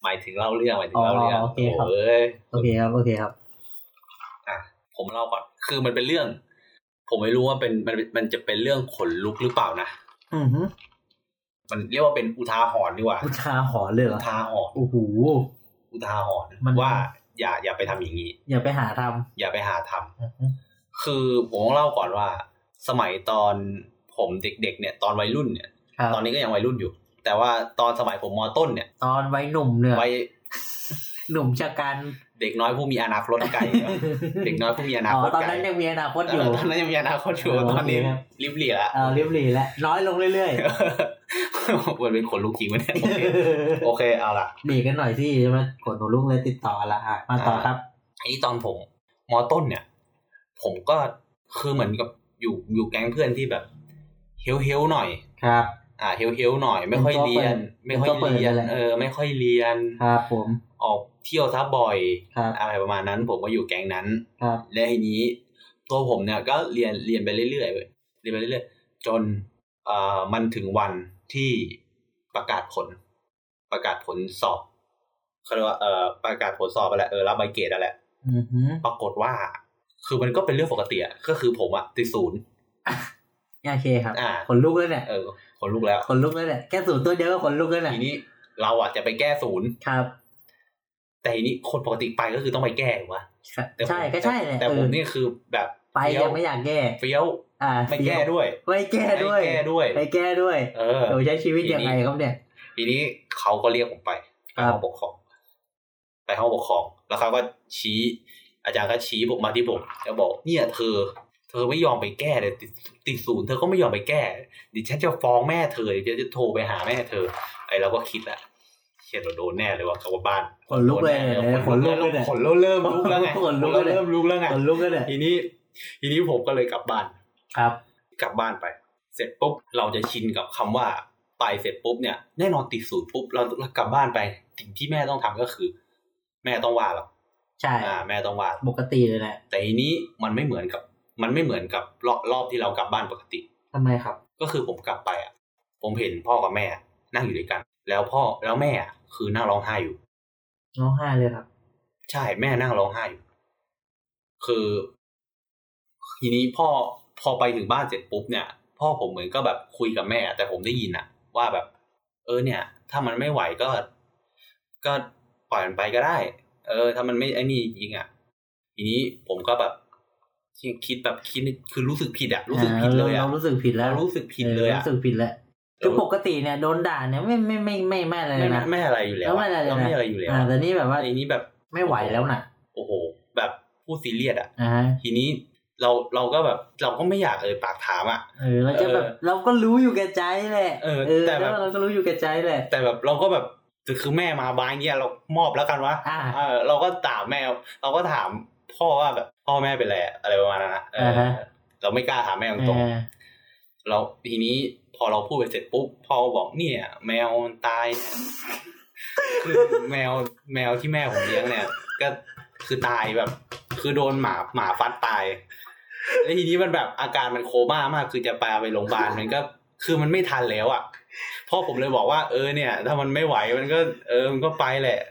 Speaker 1: หมายถึงเล่าเรื่องหมายถึงเล่าเรื่อง
Speaker 2: โอเคครับ
Speaker 1: โอ้ย
Speaker 2: โอเคครับโอเคครับ
Speaker 1: อ่ะผมเล่าก่อนคือมันเป็นเรื่องผมไม่รู้ว่าเป็นมันมันจะเป็นเรื่องขนลุกหรือเปล่านะ
Speaker 2: อือฮึ
Speaker 1: มันเรียกว่าเป็นอุทาหรณ์ดีกว่า
Speaker 2: อุทาหรณ์เลยเหรอ
Speaker 1: อุทาหรณ์
Speaker 2: โอ้โห
Speaker 1: อุทาหรณ์ว่าอย่าอย่าไปทำอย่างนี้
Speaker 2: อย่าไปหาทำ
Speaker 1: อย่าไปหาทำคือผมต้องเล่าก่อนว่าสมัยตอนผมเด็กๆเนี่ยตอนวัยรุ่นเนี่ยตอนนี้ก็ยังวัยรุ่นอยู่แต่ว่าตอนสมัยผมม.ต้นเนี่ย
Speaker 2: ตอนวัยหนุ่มเนี่ย
Speaker 1: วัย
Speaker 2: หนุ่มชะกัน
Speaker 1: เด็กน้อยผู้มีอนาคตไกลเด็กน้อยผู้มีอนาคตไกล
Speaker 2: ตอนนั้นยังมีอนาคตอยู่
Speaker 1: ตอนนั้นยังมีอนาคตอยู่ตอนนี้ริบหรี่แล้ว
Speaker 2: เออริบหรี่แล้วน้อยลงเรื่อย
Speaker 1: ๆมันเป็นขนลุกจริงมั้ยเนี่ยโอเคเอาล่ะ
Speaker 2: เบรกกันหน่อยสิใช่มั้ยขนลุกเลยติดต่อละอ่ะมาต่อครับ
Speaker 1: ไอ้ตอนผมม.ต้นเนี่ยผมก็คือเหมือนกับอยู่อยู่แก๊งเพื่อนที่แบบเฮลๆหน่อย
Speaker 2: ครับ
Speaker 1: อ่าเฮลๆหน่อยไม่ค่อยเรียนไม่ค่อยเรียนเออไม่ค่อยเรียน
Speaker 2: ครับผม
Speaker 1: ออกเที่ยวซะบ่อยอะไรประมาณนั้นผมก็อยู่แก๊งนั้นและทีนี้ตัวผมเนี่ยก็เรียนเรียนไปเรื่อยๆเว้ยเรียนไปเรื่อยๆจนเอ่อมันถึงวันที่ประกาศผลประกาศผลสอบเขาเรียกว่าเอ่อประกาศผลสอบอะไรเออรับใบเกรดนั่นแหละ
Speaker 2: อือฮึ
Speaker 1: ปรากฏว่าคือมันก็เป็นเรื่องปกติอ่ะก็คือผมอ่ะติดศูนย์
Speaker 2: โอเคครับขนลุกแล้วเนี่ย
Speaker 1: เออขนลุกแล้ว
Speaker 2: ขนลุกแล้วเนี่ยแค่ศูนย์ตัวเดียวก็ขนลุกแล้วเนี่ย
Speaker 1: ทีนี้เราอ่ะจะไปแก้ศูนย์
Speaker 2: ครับ
Speaker 1: แต่ทีนี้คนปกติไปก็คือต้องไปแก้ถูกป่ะ
Speaker 2: ใช่ก็ใช่แหละ
Speaker 1: แต่ผมนี่คือแบบ
Speaker 2: ไปยังไม่อยากแก้
Speaker 1: เฟี้ยว
Speaker 2: อ่า
Speaker 1: ไม่แก้ด้วย
Speaker 2: ไม่แก้ด้วย
Speaker 1: ไม่แก้ด้วย
Speaker 2: ไม่แก้ด้วย
Speaker 1: เออ
Speaker 2: โดยใช้ชีวิตยังไงครับเนี่ย
Speaker 1: ทีนี้เขาก็เรียกผมไปห้องปกครองไปห้องปกครองแล้วเขาก็ชี้อาจารย์ก็ชี้ผมมาที่ผมแล้วบอกเนี่ยเธอเธอไม่ยอมไปแก้เลยติดติดศูนย์เธอก็ไม่ยอมไปแก้ดิฉันจะฟ้องแม่เธอเดี๋ยวจะโทรไปหาแม่เธอไอ้เราก็คิดละเชี่ยเราโดนแน่เลยว่ะกลับบ้าน
Speaker 2: ขนลุกเลยขนลุกเลย
Speaker 1: ขนเริ่มลุกแล้วไงขนเริ่มลุกแล้วไง
Speaker 2: ขนลุกแล้วเนี่ย
Speaker 1: ทีนี้ทีนี้ผมก็เลยกลับบ้าน
Speaker 2: ครับ
Speaker 1: กลับบ้านไปเสร็จปุ๊บเราจะชินกับคำว่าไปเสร็จปุ๊บเนี่ยแน่นอนติดศูนย์ปุ๊บเรากลับบ้านไปสิ่งที่แม่ต้องทำก็คือแม่ต้องว่าเรา
Speaker 2: ใช่
Speaker 1: อ่าแม่ต้องว่า
Speaker 2: ปกติเลยแหละ
Speaker 1: แต่ทีนี้มันไม่เหมือนกับมันไม่เหมือนกับรอบรอบที่เรากลับบ้านปกติ
Speaker 2: ทำไมครับ
Speaker 1: ก็คือผมกลับไปอ่ะผมเห็นพ่อกับแม่นั่งอยู่ด้วยกันแล้วพ่อแล้วแม่คือนั่งร้องไห้อยู่
Speaker 2: ร้องไห้เลยครับ
Speaker 1: ใช่แม่นั่งร้องไห้อยู่คือทีนี้พ่อพอไปถึงบ้านเสร็จปุ๊บเนี่ยพ่อผมเหมือนก็แบบคุยกับแม่แต่ผมได้ยินอ่ะว่าแบบเออเนี่ยถ้ามันไม่ไหวก็ก็ปล่อยมันไปก็ได้เออถ้ามันไม่ไอ้นี่จริงอ่ะทีนี้ผมก็แบบคิดแบบคิดคือรู้สึกผิดอ่ะรู้สึกผิดเลยอ่ะ
Speaker 2: เรารู้สึกผิดแล้ว
Speaker 1: รู้สึกผิดเลยอ่ะ
Speaker 2: รู้สึกผิดแล้วคือปกติเนี่ยโดนด่าเนี่ยไม่ไม่ไม่ไม่ไม่อะไรนะ
Speaker 1: ไม่อะไรอยู่แล้ว
Speaker 2: ไม่อะไรเลยนะ
Speaker 1: ไม่อะไรอยู่แล้ว
Speaker 2: อ่าแต่นี่แบบว่า
Speaker 1: ไอ้นี้แบบ
Speaker 2: ไม่ไหวแล้วน่ะ
Speaker 1: โอ้โหแบบพูดซีเรียสอ่ะ
Speaker 2: อ่า
Speaker 1: ทีนี้เราเราก็แบบเราก็ไม่อยากเอ่ยปากถามอ่ะ
Speaker 2: เออเราจะแบบเราก็รู้อยู่แก่ใจแหละ
Speaker 1: เออแต่แบบ
Speaker 2: เราก็รู้อยู่แก่ใจแหละ
Speaker 1: แต่แบบเราก็แบบคือแม่มาบายเงี้ยเรามอบแล้วกันวะเออเราก็ถามแม่เราก็ถามพ่อว่าแบบพ่อแม่เป็นไรอะไรประมาณนั้นนะเออเราไม่กล้าถามแม่ตรงๆเราทีนี้พอเราพูดไปเสร็จปุ๊บพ่อบอกเนี่ยแมวตายคือแมวแมวที่แม่ผมเลี้ยงเนี่ยก็คือตายแบบคือโดนหมาหมาฟัดตายแล้วทีนี้มันแบบอาการมันโคม่ามากคือจะพาไปโรงพยาบาลมันก็คือมันไม่ทันแล้วอ่ะพ่อผมเลยบอกว่าเออเนี่ยถ้ามันไม่ไหวมันก็เออมันก็ไปแหละ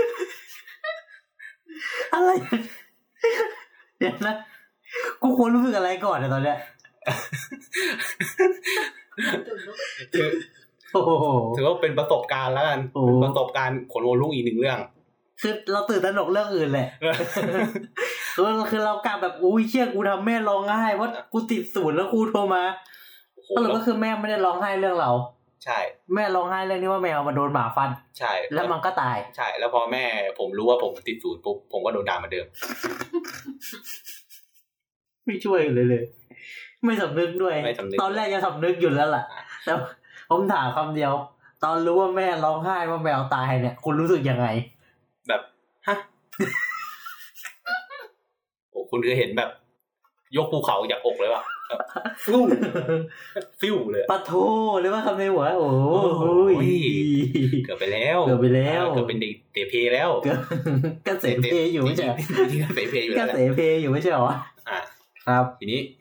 Speaker 2: อะไรเดี๋ยวนะกูควรรู้สึกอะไรก่อนเนี่ยตอนเนี้ย
Speaker 1: ถือถือว่าเป็นประสบการณ์แล้วกันประสบการณ์ขนหัวลุกอีกหนึ่งเรื่อง
Speaker 2: คือเราตื่นตระหนกเรื่องอื่นแหละคือคือเรากลับแบบอุ้ยเชี่ยกูทำแม่ร้องไห้ว่ากูติดศูนย์แล้วครูโทรมาสรุปก็คือแม่ไม่ได้ร้องไห้เรื่องเรา
Speaker 1: ใช่
Speaker 2: แม่ร้องไห้เรื่องที่ว่าแมวมันโดนหมาฟัน
Speaker 1: ใช่
Speaker 2: แล้วมันก็ตาย
Speaker 1: ใช่แล้วพอแม่ผมรู้ว่าผมติดศูนย์ปุ๊บผมก็โดนด่าเหมือนเดิม
Speaker 2: ไม่ช่วยเลยเลยไม่สำนึกด้วยตอนแรกจะสำนึกอยู่แล้วล่ะแต่ผมถามคำเดียวตอนรู้ว่าแม่ร้องไห้ว่าแมวตายเนี่ยคุณรู้สึกยังไง
Speaker 1: แบบฮะโอ้คุณเคยเห็นแบบยกภูเขาจากอกเลยป่ะฟิวฟิวเลย
Speaker 2: ปะโถหรือว่าคำในหัวโอ้ย
Speaker 1: เกือบไปแล้ว
Speaker 2: เกือบไปแล้ว
Speaker 1: เกือบเป็นเด็กเตะเพแล้ว
Speaker 2: ก็เสเพอยู่ไม่ใช่
Speaker 1: จริงๆเตะเพอยู่แล้ว
Speaker 2: ก็เสเพอยู่ไม่ใช่หรอ
Speaker 1: อ่ะ
Speaker 2: ครับ
Speaker 1: ทีนี้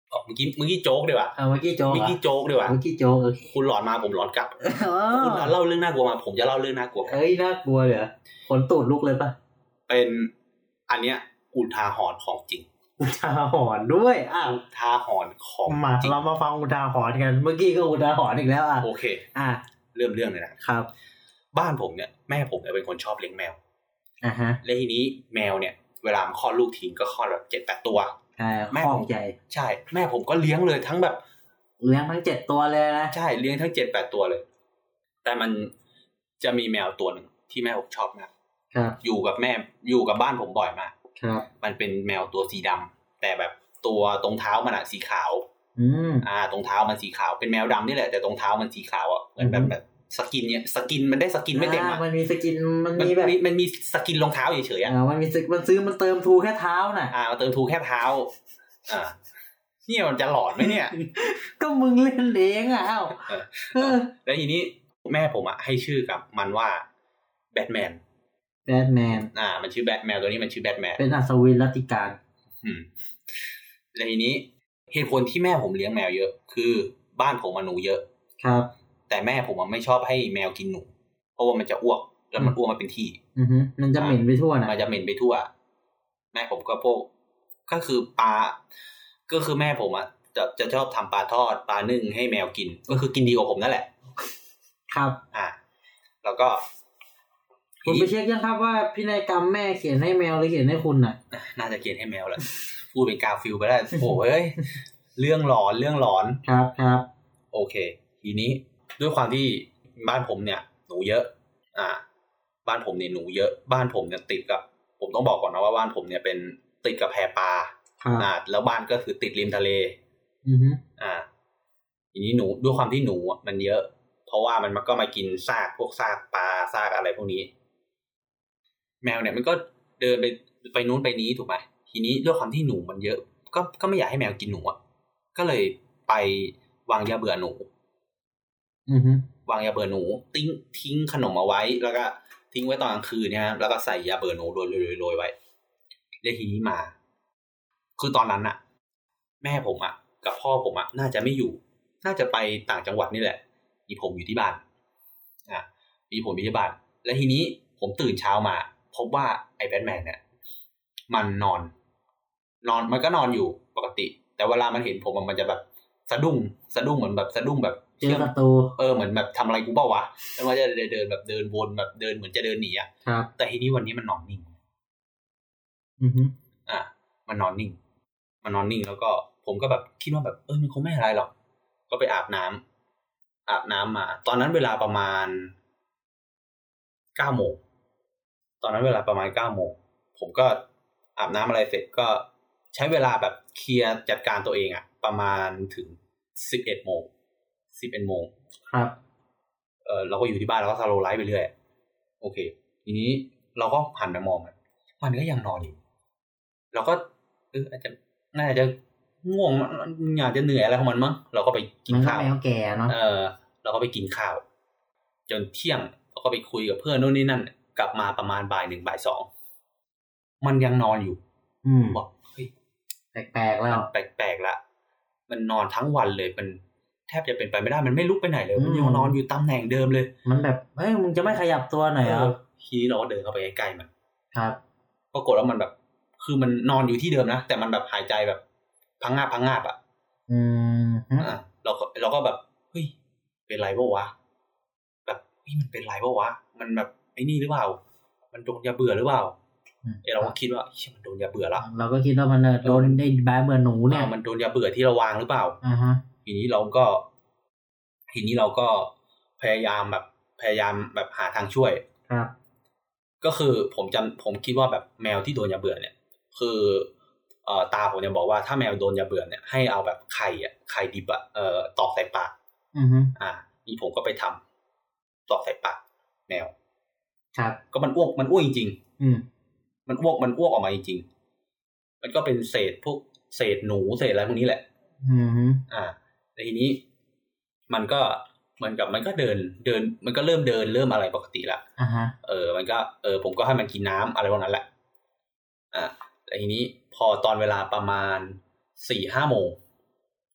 Speaker 1: อ๋อเมื่อกี้เมื่อกี้โจ๊กดีกว่า
Speaker 2: เออเมื่อกี้โจ๊ก
Speaker 1: เมื่อกี้โจ๊กดีกว่า
Speaker 2: เมื่อกี้โจ๊ก
Speaker 1: คุณหลอนมาผมหลอนกลับคุณเล่าเรื่องน่ากลัวมาผมจะเล่าเรื่องน่ากลัว
Speaker 2: เอ้ยน่ากลัวเหรอขนตูดลุกเลยป่ะ
Speaker 1: เป็นอันเนี้ยอุทาหรณ์ของจริง
Speaker 2: อุทาหรณ์ด้วยอ้าว
Speaker 1: อุทาหรณ์ของ
Speaker 2: มาเรามาฟังอุทาหรณ์กันเมื่อกี้ก็อุทาหรณ์อีกแล้วอ่ะ
Speaker 1: โอเค
Speaker 2: อ่ะ
Speaker 1: เริ่มเรื่องเลยนะครับบ้านผมเนี่ยแม่ผมเนี่ยเป็นคนชอบเลี้ยงแมว
Speaker 2: อ่าฮะ
Speaker 1: และทีนี้แมวเนี่ยเวลามันคลอดลูกทีก็คลอดแบบ เจ็ดแปด ตัว
Speaker 2: แม่ผมใหญ่
Speaker 1: ใช่แม่ผมก็เลี้ยงเลยทั้งแบบ
Speaker 2: เลี้ยงทั้งเจ็ดตัวเลยนะ
Speaker 1: ใช่เลี้ยงทั้ง เจ็ดแปด ตัวเลยแต่มันจะมีแมวตัวนึงที่แม่ผมชอบมาก
Speaker 2: ครับ
Speaker 1: อยู่กับแม่อยู่กับบ้านผมบ่อยมาก
Speaker 2: ครับ
Speaker 1: มันเป็นแมวตัวสีดำแต่แบบตัวตรงเท้ามันอะสีขาว
Speaker 2: อืม
Speaker 1: อ่าตรงเท้ามันสีขาวเป็นแมวดำนี่แหละแต่ตรงเท้ามันสีขาวอ่ะเหมือนแบบแบบสกินเนี่ยสกินมันได้สกินไม่เต็มอ่ะ
Speaker 2: มันมีสกินมันมีแบบ
Speaker 1: มันมีสกินรองเท้าเฉยๆอ่ะ
Speaker 2: มันมีมันซื้อมันเติมทูแค่เท้าน่ะ
Speaker 1: อ่ามันเติมทูแค่เท้าอ่าเนี่ยมันจะหลอนไหมเนี่ย
Speaker 2: ก็มึงเล่นเองอ่ะอ้าว
Speaker 1: แล้วทีนี้แม่ผมอ่ะให้ชื่อกับมันว่าแบทแมน
Speaker 2: แบทแมน
Speaker 1: อ่ามันชื่อแบทแมนตัวนี้มันชื่อแบทแมน
Speaker 2: เป็นอัศวินรัตติการ
Speaker 1: อืมแล้วทีนี้เหตุผลที่แม่ผมเลี้ยงแมวเยอะคือบ้านผมหนูเยอะ
Speaker 2: ครับ
Speaker 1: แต่แม่ผมไม่ชอบให้แมวกินหนูเพราะว่ามันจะอ้วกแล้วมันอ้วกมาเป็นที่
Speaker 2: อือฮึมันจะเหม็นไปทั่วนะ
Speaker 1: มันจะเหม็นไปทั่วแม่ผมก็พวกก็คือปลาก็คือแม่ผมอ่ะจะจะชอบทำปลาทอดปลานึ่งให้แมวกินก็คือกินดีกว่าผมนั่นแหละ
Speaker 2: ครับ
Speaker 1: อ่าแล้วก็
Speaker 2: คุณไปเช็คยังครับว่าพินัยกรรมแม่เขียนให้แมวหรือเขียนให้คุณน่ะ
Speaker 1: น่าจะเขียนให้แมวแหละพูดเป็นกาฟิลไปแล้วโอ้ยเรื่องหลอนเรื่องหลอน
Speaker 2: ครับครับ
Speaker 1: โอเคทีนี้ด้วยความที่บ้านผมเนี่ยหนูเยอะอ่าบ้านผมเนี่ยหนูเยอะบ้านผมเนี่ยติดกับผมต้องบอกก่อนนะว่าบ้านผมเนี่ยเป็นติดกับแพปลาอ่าแล้วบ้านก็คือติดริมทะเล
Speaker 2: อือฮึ
Speaker 1: อ่าทีนี้หนูด้วยความที่หนูมันเยอะเพราะว่ามันมันก็มากินซากพวกซากปลาซากอะไรพวกนี้แมวเนี่ยมันก็เดินไปไปนู้นไปนี้ถูกไหมทีนี้ด้วยความที่หนูมันเยอะก็ก็ไม่อยากให้แมวกินหนูอ่ะก็เลยไปวางยาเบื่อหนู
Speaker 2: อือฮึ
Speaker 1: วางยาเบื่อหนูทิ้งทิ้งขนมเอาไว้แล้วก็ทิ้งไว้ตอนกลางคืนเนี่ยครับแล้วก็ใส่ยาเบื่อหนูโรยโรยๆไว้แล้วทีนี้มาคือตอนนั้นน่ะแม่ผมอ่ะกับพ่อผมอ่ะน่าจะไม่อยู่น่าจะไปต่างจังหวัดนี่แหละมีผมอยู่ที่บ้านอ่ะมีผมอยู่ที่บ้านแล้วทีนี้ผมตื่นเช้ามาพบว่าไอ้แบทแมนเนี่ยมันนอนนอนมันก็นอนอยู่ปกติแต่เวลามันเห็นผมมันจะแบบสะดุ้งสะดุ้งเหมือนแบบสะดุ้งแบบ
Speaker 2: เจอประตู
Speaker 1: เออเหมือนแบบทำอะไรกูเปล่าวะแล้วมันจะเดินแบบเดินวนแบบเดินเหมือนจะเดินหนีอ่ะแต่ทีนี้วันนี้มันนอนนิ่ง
Speaker 2: อือฮึ
Speaker 1: อ่ะมันนอนนิ่งมันนอนนิ่งแล้วก็ผมก็แบบคิดว่าแบบเออมันคงไม่อะไรหรอกก็ไปอาบน้ำอาบน้ำมาตอนนั้นเวลาประมาณเก้าโมงตอนนั้นเวลาประมาณเก้าโมงผมก็อาบน้ำอะไรเสร็จก็ใช้เวลาแบบเคลียร์จัดการตัวเองอ่ะประมาณถึงสิบเอ็ดโมงสิบเอ็ดโมง
Speaker 2: ครับ
Speaker 1: เออเราก็อยู่ที่บ้านเราก็สโลว์ไลฟ์ไปเรื่อยโอเคทีนี้เราก็หันไปมองมันมันก็ยังนอนอยู่เราก็เอออาจจะน่าจะง่วงอยากจะเหนื่อยอะไรของมันมั้งเราก็ไปกินข้าว
Speaker 2: มันก็แมวแก่เนาะ
Speaker 1: เออเราก็ไปกินข้าวจนเที่ยงเราก็ไปคุยกับเพื่อนโน่นนี่นั่นกลับมาประมาณบ่ายหนึ่งบ่ายสองมันยังนอนอยู่
Speaker 2: อืม
Speaker 1: บอกเฮ้ย
Speaker 2: แปลกๆแล้ว
Speaker 1: แปลกๆละมันนอนทั้งวันเลยมันแทบจะเป็นไปไม่ได้มันไม่ลุกไปไหนเลยมันยังนอนอยู่ตำแหน่งเดิมเลย
Speaker 2: มันแบบเฮ้ยมึงจะไม่ขยับตัวหน่อยเหรอ
Speaker 1: ทีนี้เราก็เดินเข้าไปใกล้ๆมัน
Speaker 2: ครับ
Speaker 1: ปรากฏว่ามันแบบคือมันนอนอยู่ที่เดิมนะแต่มันแบบหายใจแบบพังงาบพังงาบอ่ะ
Speaker 2: อืม
Speaker 1: อ่าเราก็เราก็แบบเฮ้ยเป็นไรบ้างวะแบบเฮ้ยมันเป็นไรบ้างวะมันแบบไอ้นี่หรือเปล่ามันโดนยาเบื่อหรือเปล่าเออเราก็คิดว่าเฮ้ยมันโดนยาเบื่อละ
Speaker 2: เราก็คิดว่ามันโดนได้บาเบื่อหนูเนี่ย
Speaker 1: มันโดนยาเบื่อที่เราวางหรือเปล่า
Speaker 2: อ่าฮะ
Speaker 1: ทีนี้เราก็ทีนี้เราก็พยายามแบบพยายามแบบหาทางช่วย
Speaker 2: ครับ
Speaker 1: ก็คือผมจำผมคิดว่าแบบแมวที่โดนยาเบื่อเนี่ยคือเอ่อตาผมเนี่ยบอกว่าถ้าแมวโดนยาเบื่อเนี่ยให้เอาแบบไข่อ่ะไข่ดิบอ่ะเอ่อตอกใส่ปาก
Speaker 2: อือฮึ
Speaker 1: อ่านี่ผมก็ไปทำตอกใส่ปากแมว
Speaker 2: ครับ
Speaker 1: ก็มันอ้วกมันอ้วกจริง
Speaker 2: ๆอืม
Speaker 1: มันอ้วกมันอ้วกออกมาจริงๆมันก็เป็นเศษพวกเศษหนูเศษอะไรพวกนี้แหละ
Speaker 2: อือฮึ
Speaker 1: อ่าแล้วทีนี้มันก็เหมือนกับมันก็เดินเดินมันก็เริ่มเดินเริ่มอะไรปกติละ
Speaker 2: อ่าฮะ
Speaker 1: เออมันก็เออผมก็ให้มันกินน้ำอะไรพวกนั้นแหละอ่าแล้วทีนี้พอตอนเวลาประมาณ สี่ห้า โมง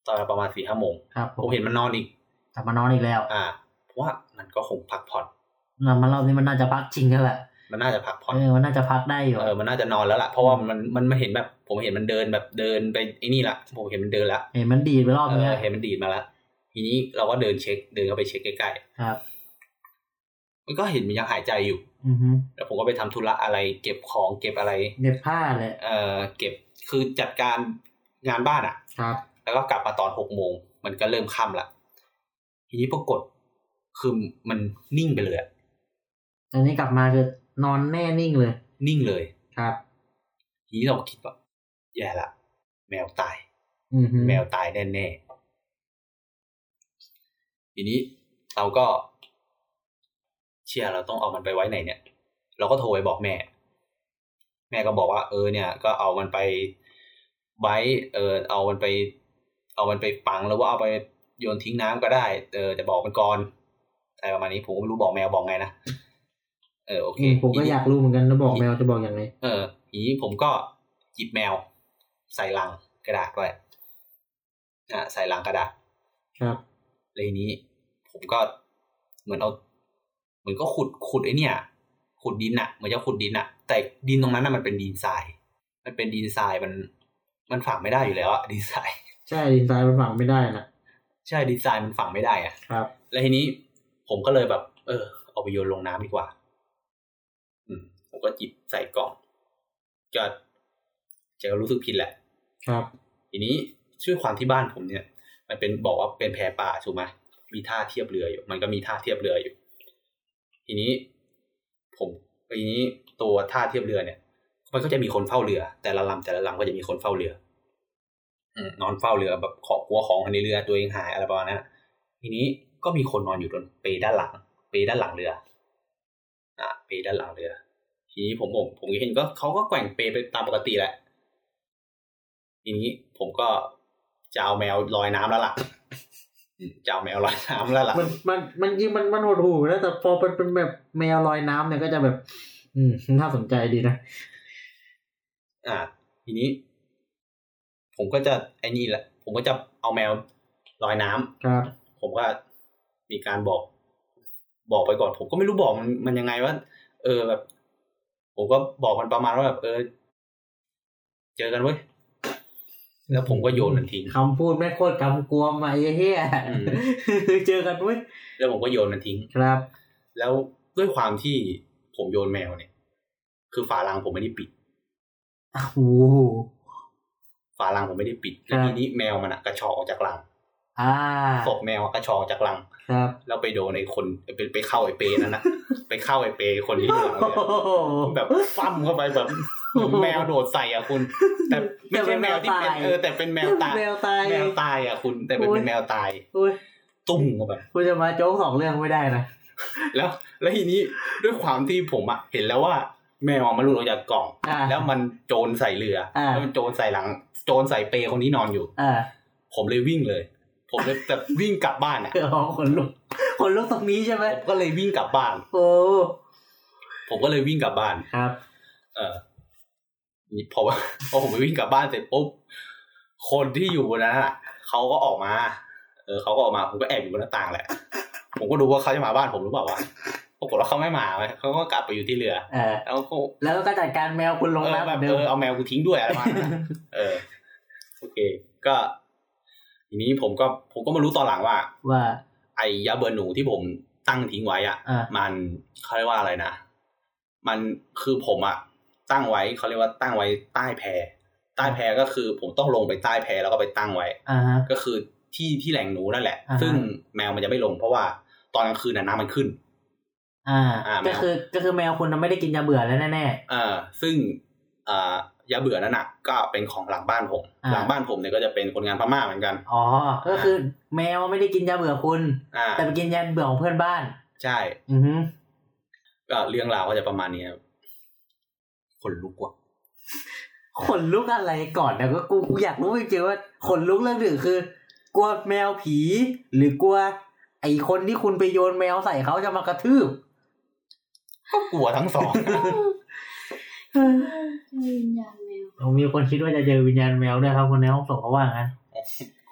Speaker 1: ตอนประมาณ สี่ห้า โมงผมเห็นมันนอนอีก
Speaker 2: กลับมานอนอีกแล้ว
Speaker 1: อ่าเพราะว่ามันก็คงพักผ่อน
Speaker 2: มันรอบนี้มันน่าจะพักจริงแล้วแหละ
Speaker 1: มันน่าจะพักผ่อน
Speaker 2: เออมันน่าจะพักได้อยู่
Speaker 1: เออมันน่าจะนอนแล้วล่ะเพราะว่ามันมันมาเห็นแบบผมเห็นมันเดินแบบเดินไปไอ้นี่ละผมเห็นมันเดินแล้ว
Speaker 2: เห็นมันดีดไปรอบนี้
Speaker 1: เออเห็นมันดีดมาแล้วทีนี้เราก็เดินเช็คเดินเข้าไปเช็คใกล้
Speaker 2: ๆครับ
Speaker 1: มันก็เห็นมันยังหายใจอยู่
Speaker 2: อือฮึ
Speaker 1: แล้วผมก็ไปทำธุระอะไรเก็บของเก็บอะไร
Speaker 2: เก็บผ้าเลย
Speaker 1: เออเก็บคือจัดการงานบ้านอ่ะ
Speaker 2: ครับ
Speaker 1: แล้วก็กลับมาตอน หกโมงมันก็เริ่มค่ำละทีนี้ปรากฏคือมันนิ่งไปเลยอ่ะ
Speaker 2: ตอนนี้กลับมาคือนอนแน่นิ่งเลย
Speaker 1: นิ่งเลย
Speaker 2: ครับ
Speaker 1: ทีนี้เราคิดว่าแย่ละแมวตายแมวตายแน่ๆทีนี้เราก็เชื่อเราต้องเอามันไปไว้ไหนเนี่ยเราก็โทรไปบอกแม่แม่ก็บอกว่าเออเนี่ยก็เอามันไปไว้เออเอามันไปเอามันไปฝังหรือว่าเอาไปโยนทิ้งน้ำก็ได้เออแต่บอกมันก่อนอะไรประมาณนี้ผมก็ไม่รู้บอกแมวบอกไงนะเออโอเค
Speaker 2: ผมก็อยากรู้เหมือนกันแล้วบอกแมวจะบอกอย่างไร
Speaker 1: เออทีนี้ผมก็หยิบแมวใส่ลังกระดาษไว้อ่ะใส่ลังกระดาษ
Speaker 2: ครับ
Speaker 1: เลยนี้ผมก็เหมือนเอาเหมือนก็ขุดขุดไอ้เนี่ยขุดดินอ่ะเหมือนจะขุดดินอ่ะแต่ดินตรงนั้นน่ะมันเป็นดินทรายมันเป็นดินทรายมันมันฝังไม่ได้อยู่แล้วอ่ะดินทราย
Speaker 2: ใช่ดินทรายมันฝังไม่ได้นะ
Speaker 1: ใช่ดินทรายมันฝังไม่ได้อ่ะ
Speaker 2: ครับ
Speaker 1: แล้วทีนี้ผมก็เลยแบบเออเอาไปโยนลงน้ำดีกว่าอืมผมก็จิบใส่กล่องก็จะรู้สึกผิดแหละ
Speaker 2: ครับ
Speaker 1: ทีนี้ชื่อความที่บ้านผมเนี่ยมันเป็นบอกว่าเป็นแพป่าถูกไหมมีท่าเทียบเรืออยู่มันก็มีท่าเทียบเรืออยู่ทีนี้ผมทีนี้ตัวท่าเทียบเรือเนี่ยมันก็จะมีคนเฝ้าเรือแต่ละลำแต่ละลำก็จะมีคนเฝ้าเรืออืมนอนเฝ้าเรือแบบขอกลัวของในเรือตัวเองหายอะไรประมาณนั้นทีนี้ก็มีคนนอนอยู่บนเปด้านหลังเปด้านหลังเรืออ่ะเปด้านหลังเรือทีนี้ผมผมผมเห็นก็เขาก็แกว่งเปไปตามปกติแหละทีนี้ผมก็จะเอาแมวลอยน้ำแล้วล่ะจะเอาแมวลอยน้ำแล้วล่ะ
Speaker 2: มันมันมันยิงมันมันโหดหูนะแต่พอเป็นเป็นแบบแมวลอยน้ำเนี่ยก็จะแบบอืมน่าสนใจดีนะ
Speaker 1: อ่าทีนี้ผมก็จะไอ้นี่แหละผมก็จะเอาแมวลอยน้
Speaker 2: ำครับ
Speaker 1: ผมก็มีการบอกบอกไปก่อนผมก็ไม่รู้บอกมันมันยังไงว่าเออแบบผมก็บอกมันประมาณว่าแบบเออเจอกันเว้ยแล้วผมก็โยนมันทิ้ง
Speaker 2: คำพูดไม่โคตรกำกวมไอ้เหี้ยเจอกันเว้ย
Speaker 1: แล้วผมก็โยนมันทิ้ง
Speaker 2: ครับ
Speaker 1: แล้วด้วยความที่ผมโยนแมวเนี่ยคือฝาลังผมไม่ได้ปิด
Speaker 2: โอ้โห
Speaker 1: ฝาลังผมไม่ได้ปิดแล้วทีนี้แมวมันกระชอกออกจากลัง
Speaker 2: อ่า
Speaker 1: ศพแมวกระชอกจากลัง
Speaker 2: ครับ
Speaker 1: แล้วไปโดนไอ้คนไปไปเข้าไอ้เปนั่นนะไปเข้าไอ้เปคนที่อยู่หลังเลยแบบฟั่มเข้าไปแบบแมวโดดใส่อ่ะคุณแต่ไม่ใช่แมวที่เป็นเออแต่เป็นแมวตาย
Speaker 2: แมวตาย
Speaker 1: แมวตายอ่ะคุณแต่เป็นแมวตายตุ้มแบบ
Speaker 2: คุณจะมาโจ๊กสองเรื่องไม่ได้นะ
Speaker 1: แล้วแล้วทีนี้ด้วยความที่ผมอ่ะเห็นแล้วว่าแมวมันหลุดออกจากกล่องแล้วมันโจรใส่เรือแล้วมันโจรใส่หลังโจรใส่เปคนที่นอนอยู่ผมเลยวิ่งเลยผมเลยแบบวิ่งกลับบ้านอ่ะ
Speaker 2: อ๋อคนลุกคนลุกตรงนี้ใช่ไหม
Speaker 1: ผมก็เลยวิ่งกลับบ้าน
Speaker 2: โอ้
Speaker 1: ผมก็เลยวิ่งกลับบ้าน
Speaker 2: ครับ
Speaker 1: เออพอพอผมไปวิ่งกลับบ้านเสร็จปุ๊บคนที่อยู่บนนั้นอ่ะเขาก็ออกมาเออเขาก็ออกมาผมก็แอบอยู่บนหน้าต่างแหละผมก็ดูว่าเขาจะมาบ้านผมหรือเปล่าวะปรากฏว่าเขาไม่มาเลยเขาก็กลับไปอยู่ที่เรือแล้วก็
Speaker 2: แล้วก็จัดการแมวคุณลงน้ำ
Speaker 1: แบบเออเอาแมวกูทิ้งด้วยอะไรประมาณนั้นเออโอเคก็ทีนี้ผมก็ผมก็มารู้ตอนหลังว่า
Speaker 2: ว่า
Speaker 1: ไอ้ยาเบื่อหนูที่ผมตั้งทิ้งไว้อ่ะมันเขาเรียกว่าอะไรนะมันคือผมอ่ะตั้งไว้เขาเรียกว่าตั้งไว้ใต้แพใต้แพก็คือผมต้องลงไปใต้แพแล้วก็ไปตั้งไว้ก็คือที่ที่แหล่งหนูนั่นแหละซึ่งแมวมันจะไม่ลงเพราะว่าตอนกลางคืนน่ะน้ำมันขึ้น
Speaker 2: อ่าก็คือก็คือแมวคุณไม่ได้กินยาเบื่อแล้วแน่
Speaker 1: ๆอ่าซึ่งอ่ายาเบื่อนั่นน่ะก็เป็นของหลังบ้านผมหลังบ้านผมเนี่ยก็จะเป็นคนงานพม่าเหมือนกัน
Speaker 2: อ๋อก็คือแมวไม่ได้กินยาเบื่อคุณแต่ไปกินยาเบื่อของเพื่อนบ้าน
Speaker 1: ใช่
Speaker 2: อือฮึ
Speaker 1: ก็เรื่องราวก็จะประมาณนี้ขนลุกว่ะ
Speaker 2: ขนลุกอะไรก่อนนะก็กูกูอยากรู้จริงๆว่าขนลุกเรื่องหนึ่งคือกลัวแมวผีหรือกลัวไอ้คนที่คุณไปโยนแมวใส่เขาจะมากระทืบ
Speaker 1: ก็กลัวทั้งสอง
Speaker 3: วิญญาณแมว
Speaker 2: ผมมีคนคิดว่าจะเจอวิญญาณแมวด้วยครับคนในห้องส่งเขาว่างั้น
Speaker 1: ก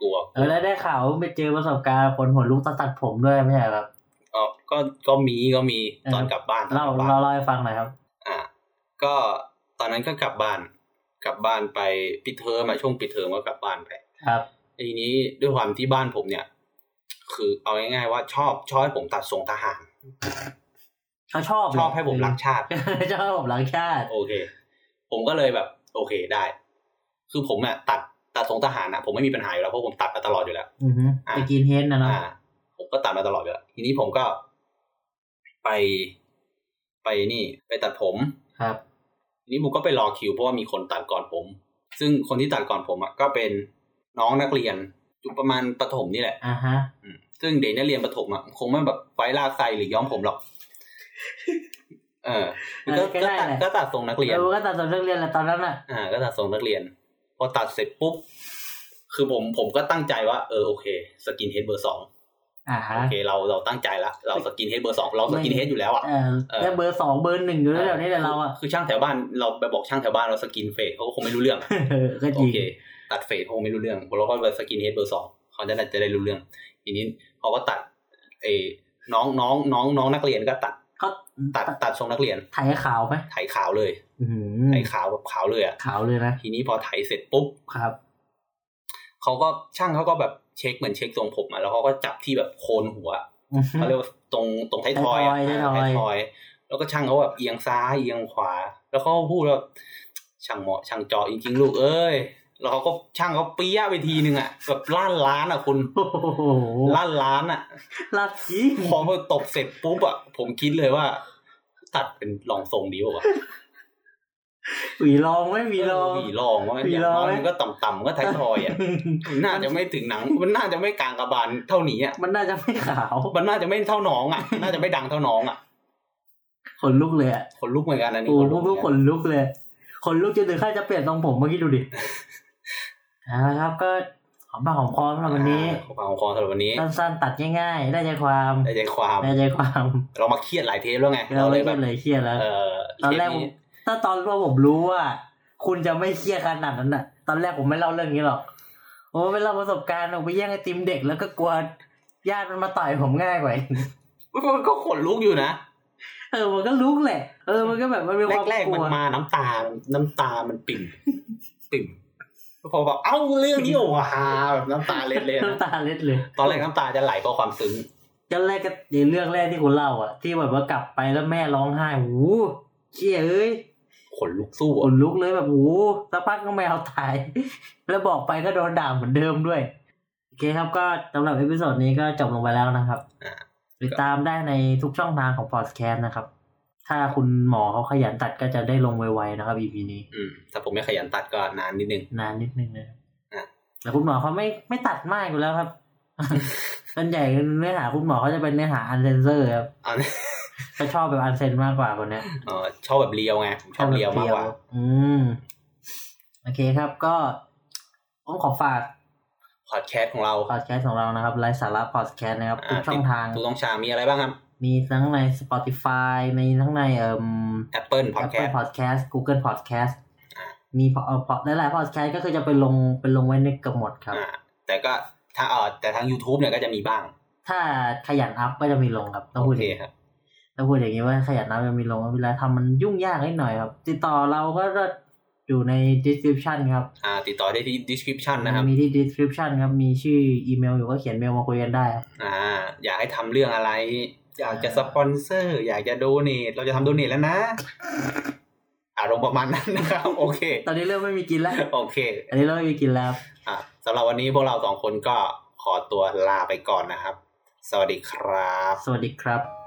Speaker 1: กลัว
Speaker 2: เออแล้วได้ข่าวไปเจอประสบการณ์คนหัวลุกตัดผมด้วยไม่ใช่ครับ
Speaker 1: อ๋อก็ก็มีก็มีตอนกลับบ้าน
Speaker 2: เล่าเล่าเล่าให้ฟังหน่อยครับ
Speaker 1: อ่าก็ตอนนั้นก็กลับบ้านกลับบ้านไปปิดเทอมมาช่วงปิดเทอมก็กลับบ้านไป
Speaker 2: ครับ
Speaker 1: ทีนี้ด้วยความที่บ้านผมเนี่ยคือเอาง่ายๆว่าชอบชอบให้ผมตัดทรงทหาร
Speaker 2: เขาชอบ
Speaker 1: ชอบให้ผมรักชาติ
Speaker 2: ชอบให้ผมรักชาติ
Speaker 1: โอเคผมก็เลยแบบโอเคได้คือผมเนี่ยตัดตัดทรงทหารนะผมไม่มีปัญหาอยู่แล้วเพราะผมตัดมาตลอดอยู่แล้ว
Speaker 2: อือฮึไปกินเฮดนะเนาะ
Speaker 1: ผมก็ตัดมาตลอดอยู่แล้วทีนี้ผมก็ไปไปนี่ไปตัดผม
Speaker 2: ครับ
Speaker 1: ทีนี้ผมก็ไปรอคิวเพราะว่ามีคนตัดก่อนผมซึ่งคนที่ตัดก่อนผมอ่ะก็เป็นน้องนักเรียนอยู่ประมาณประถมนี่แหละ
Speaker 2: อ่าฮะ
Speaker 1: ซึ่งเด็กนักเรียนประถมอ่ะคงไม่แบบไฟลากไซหรือย้อมผมหรอกเออก็ก็ตัดก็ตัดทรงนักเรียน
Speaker 2: เออก็ตัดทรงนักเรียนแหละตอนนั้นน่ะ
Speaker 1: อ่าก็ตัดทรงนักเรียนพอตัดเสร็จปุ๊บคือผมผมก็ตั้งใจว่าเออโอเคสกินเฮดเบอร์สอง
Speaker 2: อ่าฮะ
Speaker 1: โอเคเราเราตั้งใจละเราสกินเฮดเบอร์สองเราสกินเฮดอยู่แล้วอ่ะ
Speaker 2: เออแล้วเบอร์สองเบอร์หนึ่งอยู่แล้วนี่แหละเราอ่ะ
Speaker 1: คือช่างแถวบ้านเราไปบอกช่างแถวบ้านเราสกินเฟดเขาก็คงไม่รู้เรื่องโอเคตัดเฟดเขาคงไม่รู้เรื่องเราก็ไปสกินเฮดเบอร์สองเขาจะได้จะได้รู้เรื่องทีนี้เขาก็ตัดไอ้น้องน้องน้องน้องนักเรียนก็ตัด
Speaker 2: ก็
Speaker 1: ตัดตัดทรงนักเรียน
Speaker 2: ไถขาวไหม
Speaker 1: ไถขาวเลยไถขาวแบบขาวเลยอ่ะ
Speaker 2: ขาวเลยนะ
Speaker 1: ทีนี้พอไถเสร็จปุ๊บ
Speaker 2: ครับ
Speaker 1: เขาก็ช่างเขาก็แบบเช็คเหมือนเช็คทรงผมอ่ะแล้วเขาก็จับที่แบบโคนหัวเขาเรียกว่าตรงตรงท้ายทอยอ่ะท้ายทอยแล้วก็ช่างเขาแบบเอียงซ้ายเอียงขวาแล้วเขาพูดว่าช่างเหมาะช่างเจาะจริงๆลูกเอ้ยแล้วเขาก็ช่างเขาเปี้ยไปทีนึงอ่ะแบบล้านล้านอ่ะคุณล้านล้านอ่ะ
Speaker 2: ล้านจี
Speaker 1: พอมาตบเสร็จปุ๊บอ่ะผมคิดเลยว่าตัดเป็นรองทรงดีป่ะ
Speaker 2: หวีรองไม่หวีรอง
Speaker 1: หวีรองว่าอย่างน้อยมันก็ต่ำๆก็ท้ายทอยอ่ะน่าจะไม่ถึงหนังมันน่าจะไม่กลางกระบาลเท่านี้อ่ะ
Speaker 2: มันน่าจะไม่ขาว
Speaker 1: มันน่าจะไม่เท่าน้องอ่ะน่าจะไม่ดังเท่าน้องอ่ะ
Speaker 2: ขนลุกเลยอ่ะ
Speaker 1: ขนลุกเหมือนกันอันนี้
Speaker 2: ขนลุกขนลุกเลยขนลุกจนถึงขั้นจะเปลี่ยนทรงผมเมื่อกี้ดูดิอ่าครับก็หอมปากหอมคอสำหรับวันนี้
Speaker 1: หอมปากหอมคอสำหรับวันนี้
Speaker 2: สั้นๆตัดง่ายๆได้ใจความ
Speaker 1: ได้ใจความ
Speaker 2: ได้ใจความ
Speaker 1: เรามาเครียดหลายเทปแล้วไง
Speaker 2: เราเลยแบบเลยเครียดแล้วตอนแรกถ้าตอนว่าผมรู้ว่าคุณจะไม่เครียดขนาดนั้นน่ะตอนแรกผมไม่เล่าเรื่องนี้หรอกโอ้ไม่เล่าประสบการณ์ออกไปแย่งไอติมเด็กแล้วก็กลัวญาติมันมาต่อยผมง่ายกว่า
Speaker 1: มันก็ขนลุกอยู่นะ
Speaker 2: เออมันก็ลุกแหละเออมันก็แบบมันเป็นความ
Speaker 1: แรกๆมันมาน้ำตาน้ำตามันปิ่มปิ่มพอแบบเอ้าเรื่องนี้โอ้ฮาแบบน้ำตาเล็ดเลย
Speaker 2: น้ำตาเล็ดเลย
Speaker 1: ตอนแรกน้ำตาจะไหลเพราะความซึ้ง
Speaker 2: ตอนแรกก็ในเรื่องแรกที่คุณเล่าอ่ะที่แบบว่ากลับไปแล้วแม่ร้องไห้โอ้เชี่ยเอ้ย
Speaker 1: ขนลุกสู้
Speaker 2: ขนลุกเลยแบบโอ้สักพักก็แมวตายแล้วบอกไปก็โดนด่าเหมือนเดิมด้วยโอเคครับก็สำหรับเอพิโซดนี้ก็จบลงไปแล้วนะครับติดตามได้ในทุกช่องทางของพอดแคสต์นะครับถ้าคุณหมอเขาขยันตัดก็จะได้ลงไวๆนะครับ อี พี นี้
Speaker 1: อืมถ้าผมไม่ขยันตัดก็นานนิดนึง
Speaker 2: นานนิดนึงนะครับแต่คุณหมอเขาไม่ไม่ตัดมากอยู่แล้วครับส่วนใหญ่เนื้อหาคุณหมอเขาจะเป็นเนื้อหาอันเซนเซอร์ครับเขาชอบแบบอันเซนมากกว่าคนนี้
Speaker 1: อ๋อชอบแบบเรียวไงชอบเรียวมากกว่า
Speaker 2: อืมโอเคครับก็ต้องขอฝาก
Speaker 1: พอดแคสต์ของเรา
Speaker 2: พอดแคสต์ของเรานะครับไลฟ์สาระพอดแคสต์นะครับทุกช่องทาง
Speaker 1: ทุกช่องทางมีอะไรบ้างครับ
Speaker 2: มีทั้งใน Spotify มีทั้งในเอ่อ
Speaker 1: Apple Podcast
Speaker 2: Apple Podcast Google Podcast มีพอพอหลายๆ Podcast ก็คือจะไปลงไปลงไว้ในเกือบหมดครับ
Speaker 1: แต่ก็ถ้าเอ่อแต่ทาง YouTube เนี่ยก็จะมีบ้าง
Speaker 2: ถ้าขยันอัพก็จะมีลงครับต้องพูดอย่างนี้ครับต้องพูดอย่างนี้ว่าขยันอัพจะมีลงเวลาทำมันยุ่งยากนิดหน่อยครับติดต่อเราก็อยู่ใน description ครับ
Speaker 1: อ่าติดต่อได้ที่ description นะครับ
Speaker 2: มีที่ description ครับมีชื่ออีเมลอยู่ก็เขียนเมลมาคุยกันได้ครับ
Speaker 1: อ่าอยากให้ทำเรื่องอะไรอยากจะสปอนเซอร์อยากจะโดเนทเราจะทำโดเนทแล้วนะอารมณ์ประมาณนั้นนะครับโอเค
Speaker 2: ตอนนี้เริ่มไม่มีกินแล้ว
Speaker 1: โอเค
Speaker 2: อันนี้เริ่มไม่มีกินแล้ว
Speaker 1: อ่ะสำหรับวันนี้พวกเราสองคนก็ขอตัวลาไปก่อนนะครับสวัสดีครับ
Speaker 2: สวัสดีครับ